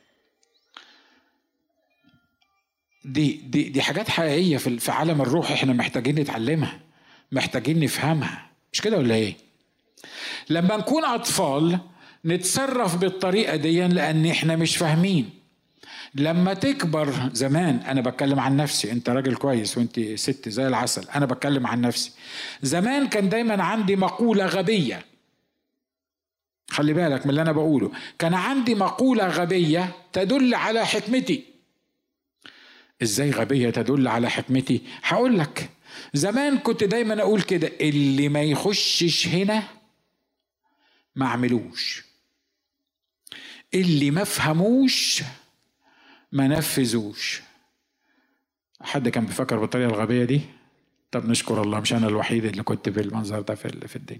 دي حاجات حقيقيه في عالم الروح احنا محتاجين نتعلمها، محتاجين نفهمها، مش كده ولا ايه؟ لما نكون اطفال نتصرف بالطريقه دي لان احنا مش فاهمين. لما تكبر، زمان انا بتكلم عن نفسي، انت راجل كويس وانت ست زي العسل، انا بتكلم عن نفسي. زمان كان دايما عندي مقولة غبية، خلي بالك من اللي انا بقوله، كان عندي مقولة غبية تدل على حكمتي. ازاي غبية تدل على حكمتي؟ هقول لك. زمان كنت دايما اقول كده: اللي ما يخشش هنا ما عملوش، اللي ما فهموش ما نفذوش. حد كان بيفكر بالطريقة الغبية دي؟ طب نشكر الله مش أنا الوحيد اللي كنت بالمنظر ده في الدنيا.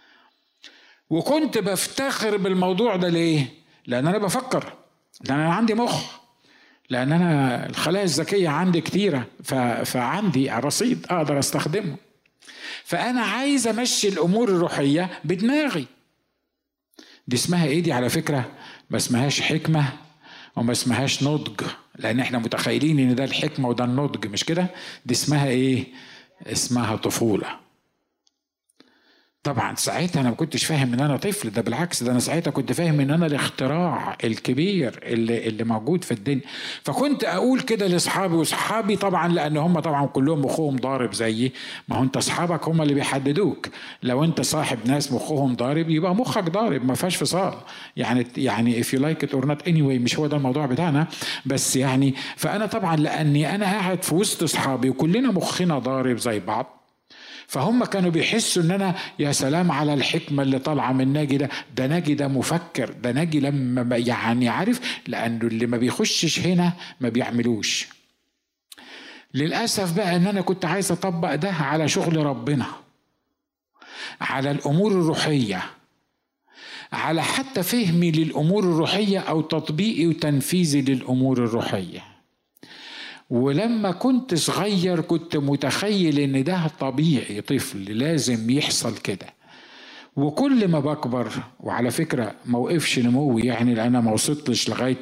وكنت بفتخر بالموضوع ده. ليه؟ لأن أنا بفكر، لأن أنا عندي مخ، لأن أنا الخلايا الذكية عندي كتيرة، فعندي رصيد أقدر أستخدمه. فأنا عايز أمشي الأمور الروحية بدماغي. دي اسمها إيه دي على فكرة؟ ما اسمهاش حكمة وما اسمهاش نضج، لان احنا متخيلين ان ده الحكمة وده النضج، مش كده؟ دي اسمها ايه؟ اسمها طفولة. طبعا ساعتها انا ما كنتش فاهم ان انا طفل، ده بالعكس، ده انا ساعتها كنت فاهم ان انا الاختراع الكبير اللي موجود في الدنيا. فكنت اقول كده لاصحابي، واصحابي طبعا لان هم طبعا كلهم مخهم ضارب زيي، ما هو انت اصحابك هم اللي بيحددوك. لو انت صاحب ناس مخهم ضارب يبقى مخك ضارب، ما فيهاش فصال. يعني if you like it or not anyway، مش هو ده الموضوع بتاعنا بس يعني. فانا طبعا لاني انا قاعد في وسط اصحابي وكلنا مخنا ضارب زي بعض، فهم كانوا بيحسوا ان انا يا سلام على الحكمة اللي طالعة من ناجي ده ناجي ده مفكر، ده ناجي لما يعني عارف، لانه اللي ما بيخشش هنا ما بيعملوش. للأسف بقى ان انا كنت عايز اطبق ده على شغل ربنا، على الامور الروحية، على حتى فهمي للامور الروحية او تطبيقي وتنفيذي للامور الروحية. ولما كنت صغير كنت متخيل ان ده طبيعي، طفل لازم يحصل كده. وكل ما بكبر، وعلى فكرة ما وقفش نمو يعني، لأن أنا ما وصلتش لغاية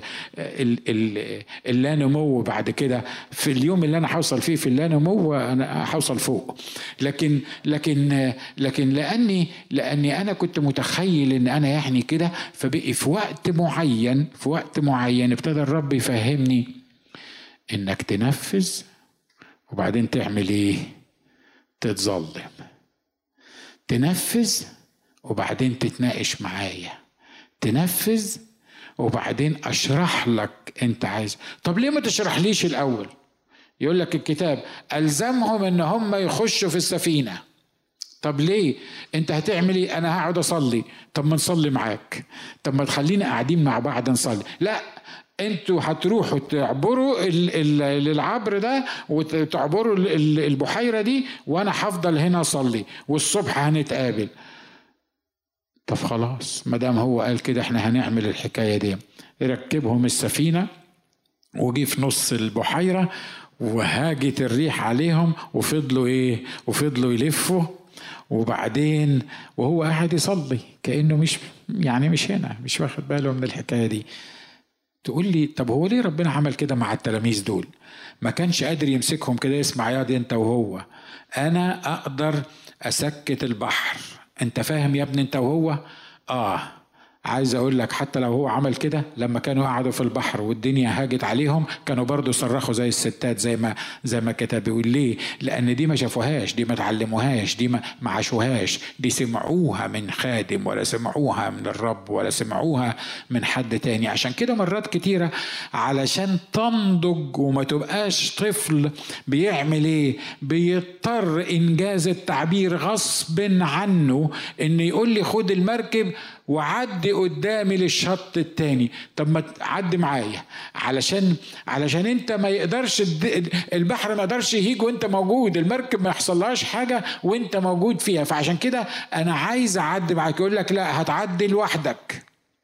اللا نمو. بعد كده في اليوم اللي أنا حوصل فيه في اللا نمو أنا حوصل فوق. لكن لأني أنا كنت متخيل إن أنا يعني كده، فبقي في وقت معين ابتدى الرب يفهمني إنك تنفذ وبعدين تعمل إيه؟ تتظلم. تنفذ وبعدين تتناقش معايا، تنفذ وبعدين اشرح لك انت عايز. طب ليه ما تشرح ليش الاول؟ يقول لك الكتاب الزمهم ان هم يخشوا في السفينة. طب ليه؟ انت هتعمل ايه؟ انا هقعد اصلي. طب ما نصلي معاك. طب ما تخلينا قاعدين مع بعض نصلي. لا، انتوا هتروحوا تعبروا العبر ده وتعبروا البحيرة دي، وانا هفضل هنا اصلي والصبح هنتقابل. طب خلاص ما دام هو قال كده احنا هنعمل الحكاية دي. ركبهم السفينة وجي في نص البحيرة وهاجت الريح عليهم وفضلوا يلفوا. وبعدين وهو قاعد يصلي كأنه مش هنا، مش واخد باله من الحكاية دي. تقول لي طب هو ليه ربنا عمل كده مع التلاميذ دول؟ ما كانش قادر يمسكهم كده، يسمع يا دي انت وهو، انا اقدر اسكت البحر، انت فاهم يا ابني انت وهو. عايز اقول لك حتى لو هو عمل كده لما كانوا قعدوا في البحر والدنيا هاجت عليهم كانوا برضو صرخوا زي الستات، زي ما كتب بيقول. ليه؟ لان دي ما شافوهاش، دي ما تعلموهاش، دي ما عاشوهاش، دي سمعوها من خادم ولا سمعوها من الرب ولا سمعوها من حد تاني. عشان كده مرات كتيرة علشان تنضج وما تبقاش طفل بيعمل ايه؟ بيضطر انجاز التعبير غصب عنه ان يقول لي خد المركب وعدي قدامي للشط التاني. طب ما تعدي معايا علشان انت ما يقدرش البحر ما يقدرش يهيج وانت موجود، المركب ما يحصلهاش حاجة وانت موجود فيها، فعشان كده انا عايز اعدي معاك. يقول لك لا، هتعدي لوحدك.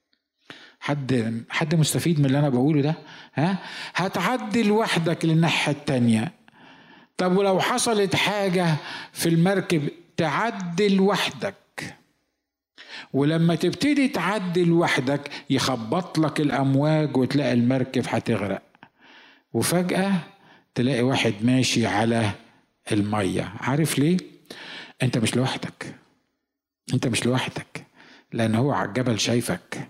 حد مستفيد من اللي انا بقوله ده؟ هتعدي لوحدك للناحية التانية. طب ولو حصلت حاجة في المركب تعدي لوحدك، ولما تبتدي تعدي لوحدك يخبط لك الأمواج وتلاقي المركب هتغرق، وفجأة تلاقي واحد ماشي على المية. عارف ليه؟ انت مش لوحدك، لأن هو على الجبل شايفك،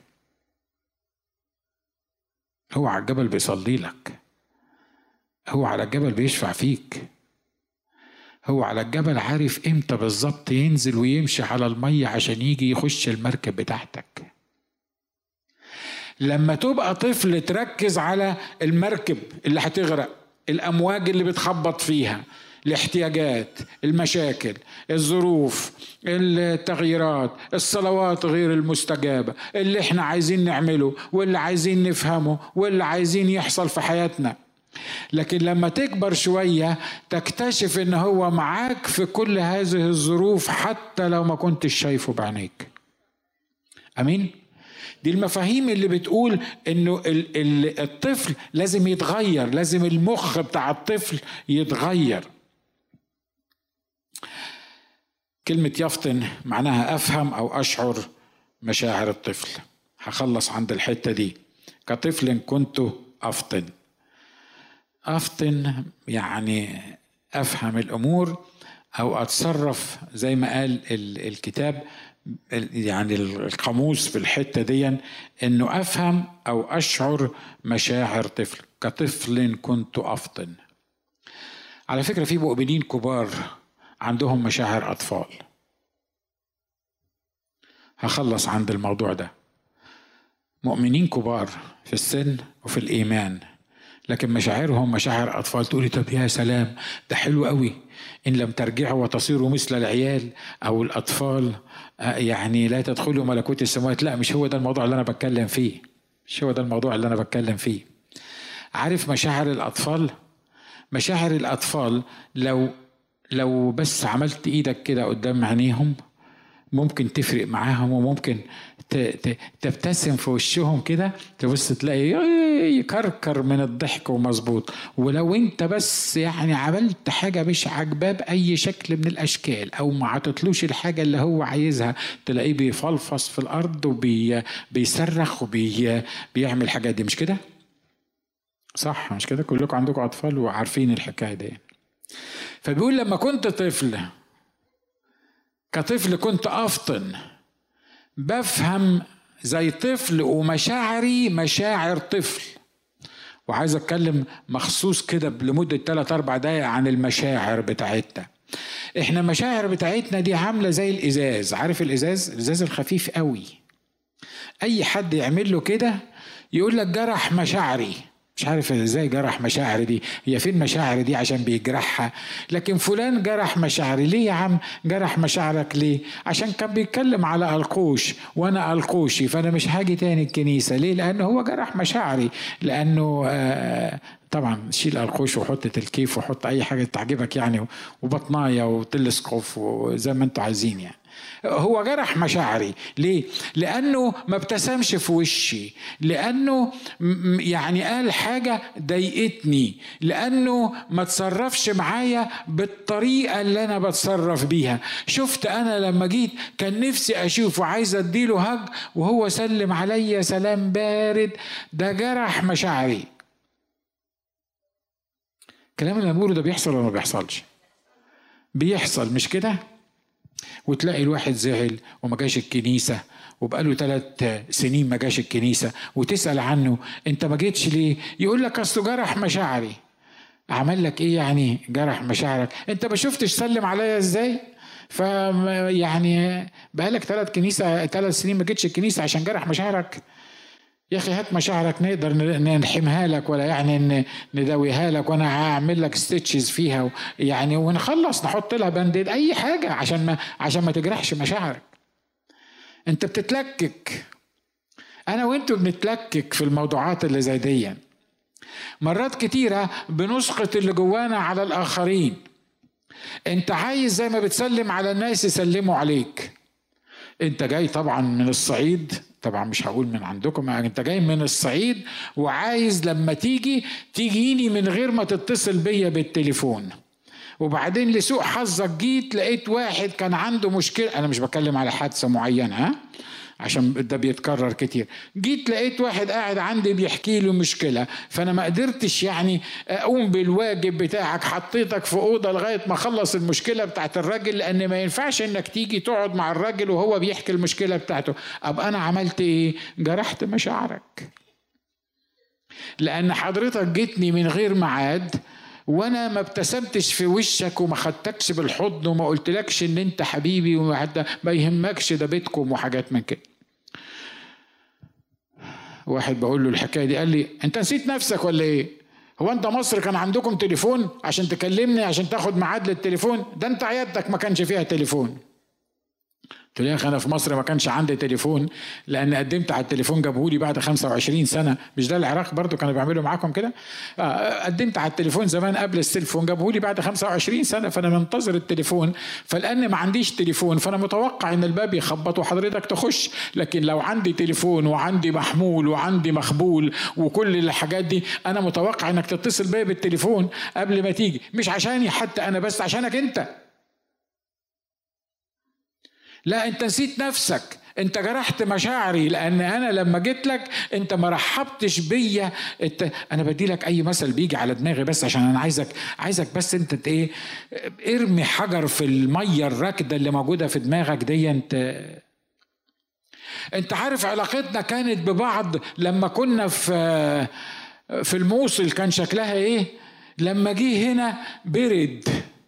هو على الجبل بيصلي لك، هو على الجبل بيشفع فيك، هو على الجبل عارف امتى بالظبط ينزل ويمشي على المية عشان يجي يخش المركب بتاعتك. لما تبقى طفل تركز على المركب اللي هتغرق، الأمواج اللي بتخبط فيها، الاحتياجات، المشاكل، الظروف، التغييرات، الصلوات غير المستجابة، اللي احنا عايزين نعمله واللي عايزين نفهمه واللي عايزين يحصل في حياتنا. لكن لما تكبر شوية تكتشف ان هو معاك في كل هذه الظروف حتى لو ما كنتش شايفه بعينيك. امين؟ دي المفاهيم اللي بتقول انه الطفل لازم يتغير، لازم المخ بتاع الطفل يتغير. كلمة يفطن معناها افهم او اشعر مشاعر الطفل. هخلص عند الحتة دي. كطفل كنت أفطن يعني أفهم الأمور أو أتصرف زي ما قال الكتاب، يعني القاموس في الحتة دي، إنه أفهم أو أشعر مشاعر طفل. كطفل كنت أفطن. على فكرة في مؤمنين كبار عندهم مشاعر أطفال. هخلص عند الموضوع ده. مؤمنين كبار في السن وفي الإيمان لكن مشاعرهم مشاعر أطفال. تقولي طب يا سلام ده حلو قوي، إن لم ترجعوا وتصيروا مثل العيال أو الأطفال يعني لا تدخلوا ملكوت السماوات. لا، مش هو ده الموضوع اللي أنا بتكلم فيه. عارف مشاعر الأطفال لو بس عملت إيدك كده قدام عينيهم ممكن تفرق معاهم، وممكن تبتسم في وشهم كده، تبص تلاقي يكركر من الضحك ومظبوط. ولو انت بس يعني عملت حاجة مش عجباه بأي شكل من الأشكال أو ما عطتلوش الحاجة اللي هو عايزها، تلاقيه بيفلفص في الأرض وبيصرخ وبيعمل حاجات دي. مش كده؟ صح مش كده؟ كلكم عندكم أطفال وعارفين الحكاية دي. فبيقول لما كنت كطفل كنت أفطن، بفهم زي طفل ومشاعري مشاعر طفل. وعايز أتكلم مخصوص كده لمدة 3-4 دقايق عن المشاعر بتاعتنا. إحنا المشاعر بتاعتنا دي عاملة زي الإزاز. عارف الإزاز الخفيف قوي، أي حد يعمل له كده يقول لك جرح مشاعري. مش عارف ازاي جرح مشاعري دي، هي فين مشاعري دي عشان بيجرحها؟ لكن فلان جرح مشاعري. ليه يا عم جرح مشاعرك ليه؟ عشان كان بيتكلم على القوش وانا القوشي، فانا مش هاجي تاني الكنيسة. ليه؟ لانه هو جرح مشاعري. لانه طبعا شيل القوش وحط الكيف وحط اي حاجة تعجبك يعني، وبطناية وتلسقف وزي ما انتوا عايزين يعني. هو جرح مشاعري. ليه؟ لأنه ما ابتسمش في وشي، لأنه يعني قال حاجة ضايقتني، لأنه ما تصرفش معايا بالطريقة اللي أنا بتصرف بيها. شفت أنا لما جيت كان نفسي أشوفه، عايز أديله هج وهو سلم عليا سلام بارد. ده جرح مشاعري. الكلام اللي بقوله ده بيحصل ولا ما بيحصلش؟ بيحصل، مش كده؟ وتلاقي الواحد زعل وما جاش الكنيسة وبقاله 3 سنين ما جاش الكنيسة، وتسأل عنه انت ما جيتش ليه؟ يقول لك اصله جرح مشاعري. عمل لك ايه يعني جرح مشاعرك؟ انت ما شفتش سلم عليا ازاي؟ يعني بقالك 3 سنين ما جيتش الكنيسة عشان جرح مشاعرك؟ يا اخي هات مشاعرك نقدر نلحمها لك، ولا يعني نداويها لك، وانا هعمل لك ستيتشز فيها يعني ونخلص، نحط لها بانديد، اي حاجه عشان ما تجرحش مشاعرك. انت بتتلكك، انا وانتوا بنتلكك في الموضوعات اللي زي دي. مرات كتيره بنسقط اللي جوانا على الاخرين. انت عايز زي ما بتسلم على الناس يسلموا عليك. انت جاي طبعا من الصعيد، طبعا مش هقول من عندكم، انت جاي من الصعيد وعايز لما تيجيني من غير ما تتصل بيا بالتليفون. وبعدين لسوء حظك جيت لقيت واحد كان عنده مشكلة، انا مش بكلم على حادثة معينة عشان ده بيتكرر كتير. جيت لقيت واحد قاعد عندي بيحكي له مشكلة، فانا ما قدرتش يعني اقوم بالواجب بتاعك، حطيتك في اوضة لغاية ما خلص المشكلة بتاعت الراجل، لان ما ينفعش انك تيجي تقعد مع الراجل وهو بيحكي المشكلة بتاعته. ابقى انا عملت ايه؟ جرحت مشاعرك، لان حضرتك جيتني من غير ميعاد، وانا ما ابتسمتش في وشك وما خدتكش بالحضن وما قلتلكش ان انت حبيبي وما يهمكش ده بيتكم وحاجات من كده. واحد بقول له الحكايه دي، قال لي انت نسيت نفسك ولا ايه؟ هو انت مصر كان عندكم تليفون عشان تكلمني عشان تاخد ميعاد للتليفون؟ ده انت عيادتك ما كانش فيها تليفون. قلت له يا اخي انا في مصر ما كانش عندي تليفون لان قدمت على التليفون جابهولي بعد 25 سنه. مش ده العراق برضو كانوا بيعملوا معاكم كده؟ قدمت على التليفون زمان قبل السيلفون، جابهولي بعد 25 سنه، فانا منتظر التليفون. فلان ما عنديش تليفون فانا متوقع ان الباب يخبط وحضرتك تخش. لكن لو عندي تليفون وعندي محمول وعندي مخبول وكل الحاجات دي، انا متوقع انك تتصل بيا بالتليفون قبل ما تيجي، مش عشاني حتى انا بس، عشانك انت. لا، انت نسيت نفسك، انت جرحت مشاعري، لان انا لما جيت لك انت ما رحبتش بيا. انا بدي لك اي مثل بيجي على دماغي بس عشان انا عايزك بس انت ايه، ارمي حجر في الميه الراكده اللي موجوده في دماغك دي. انت عارف علاقتنا كانت ببعض لما كنا في الموصل كان شكلها ايه؟ لما جه هنا برد،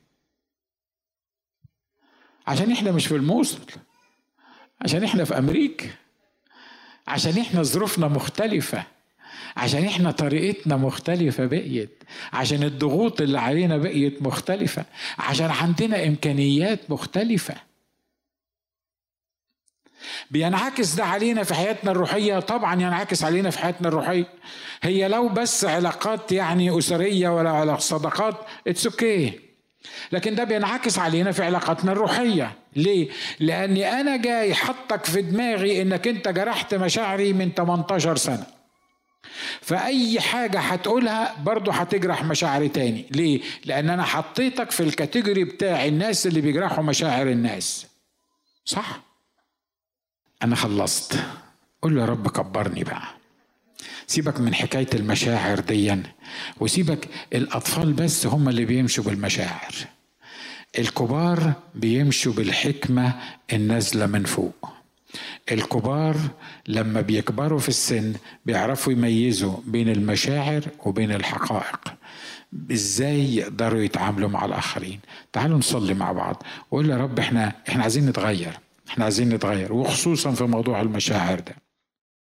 عشان احنا مش في الموصل، عشان احنا في امريكا، عشان احنا ظروفنا مختلفة، عشان احنا طريقتنا مختلفة بقيت، عشان الضغوط اللي علينا بقيت مختلفة، عشان عندنا امكانيات مختلفة. بينعكس ده علينا في حياتنا الروحية؟ طبعا ينعكس علينا في حياتنا الروحية. هي لو بس علاقات يعني أسرية ولا علاقات صداقات اتس اوكي، لكن ده بينعكس علينا في علاقاتنا الروحية. ليه؟ لأني أنا جاي حطك في دماغي إنك أنت جرحت مشاعري من 18 سنة، فأي حاجة هتقولها برضو هتجرح مشاعري تاني. ليه؟ لأن أنا حطيتك في الكاتيجوري بتاع الناس اللي بيجرحوا مشاعر الناس. صح؟ أنا خلصت. قول له يا رب كبرني بقى، سيبك من حكاية المشاعر دي، وسيبك الأطفال بس هم اللي بيمشوا بالمشاعر، الكبار بيمشوا بالحكمة النازلة من فوق. الكبار لما بيكبروا في السن بيعرفوا يميزوا بين المشاعر وبين الحقائق، ازاي يقدروا يتعاملوا مع الآخرين. تعالوا نصلي مع بعض وقول يا رب احنا عايزين نتغير، وخصوصا في موضوع المشاعر ده.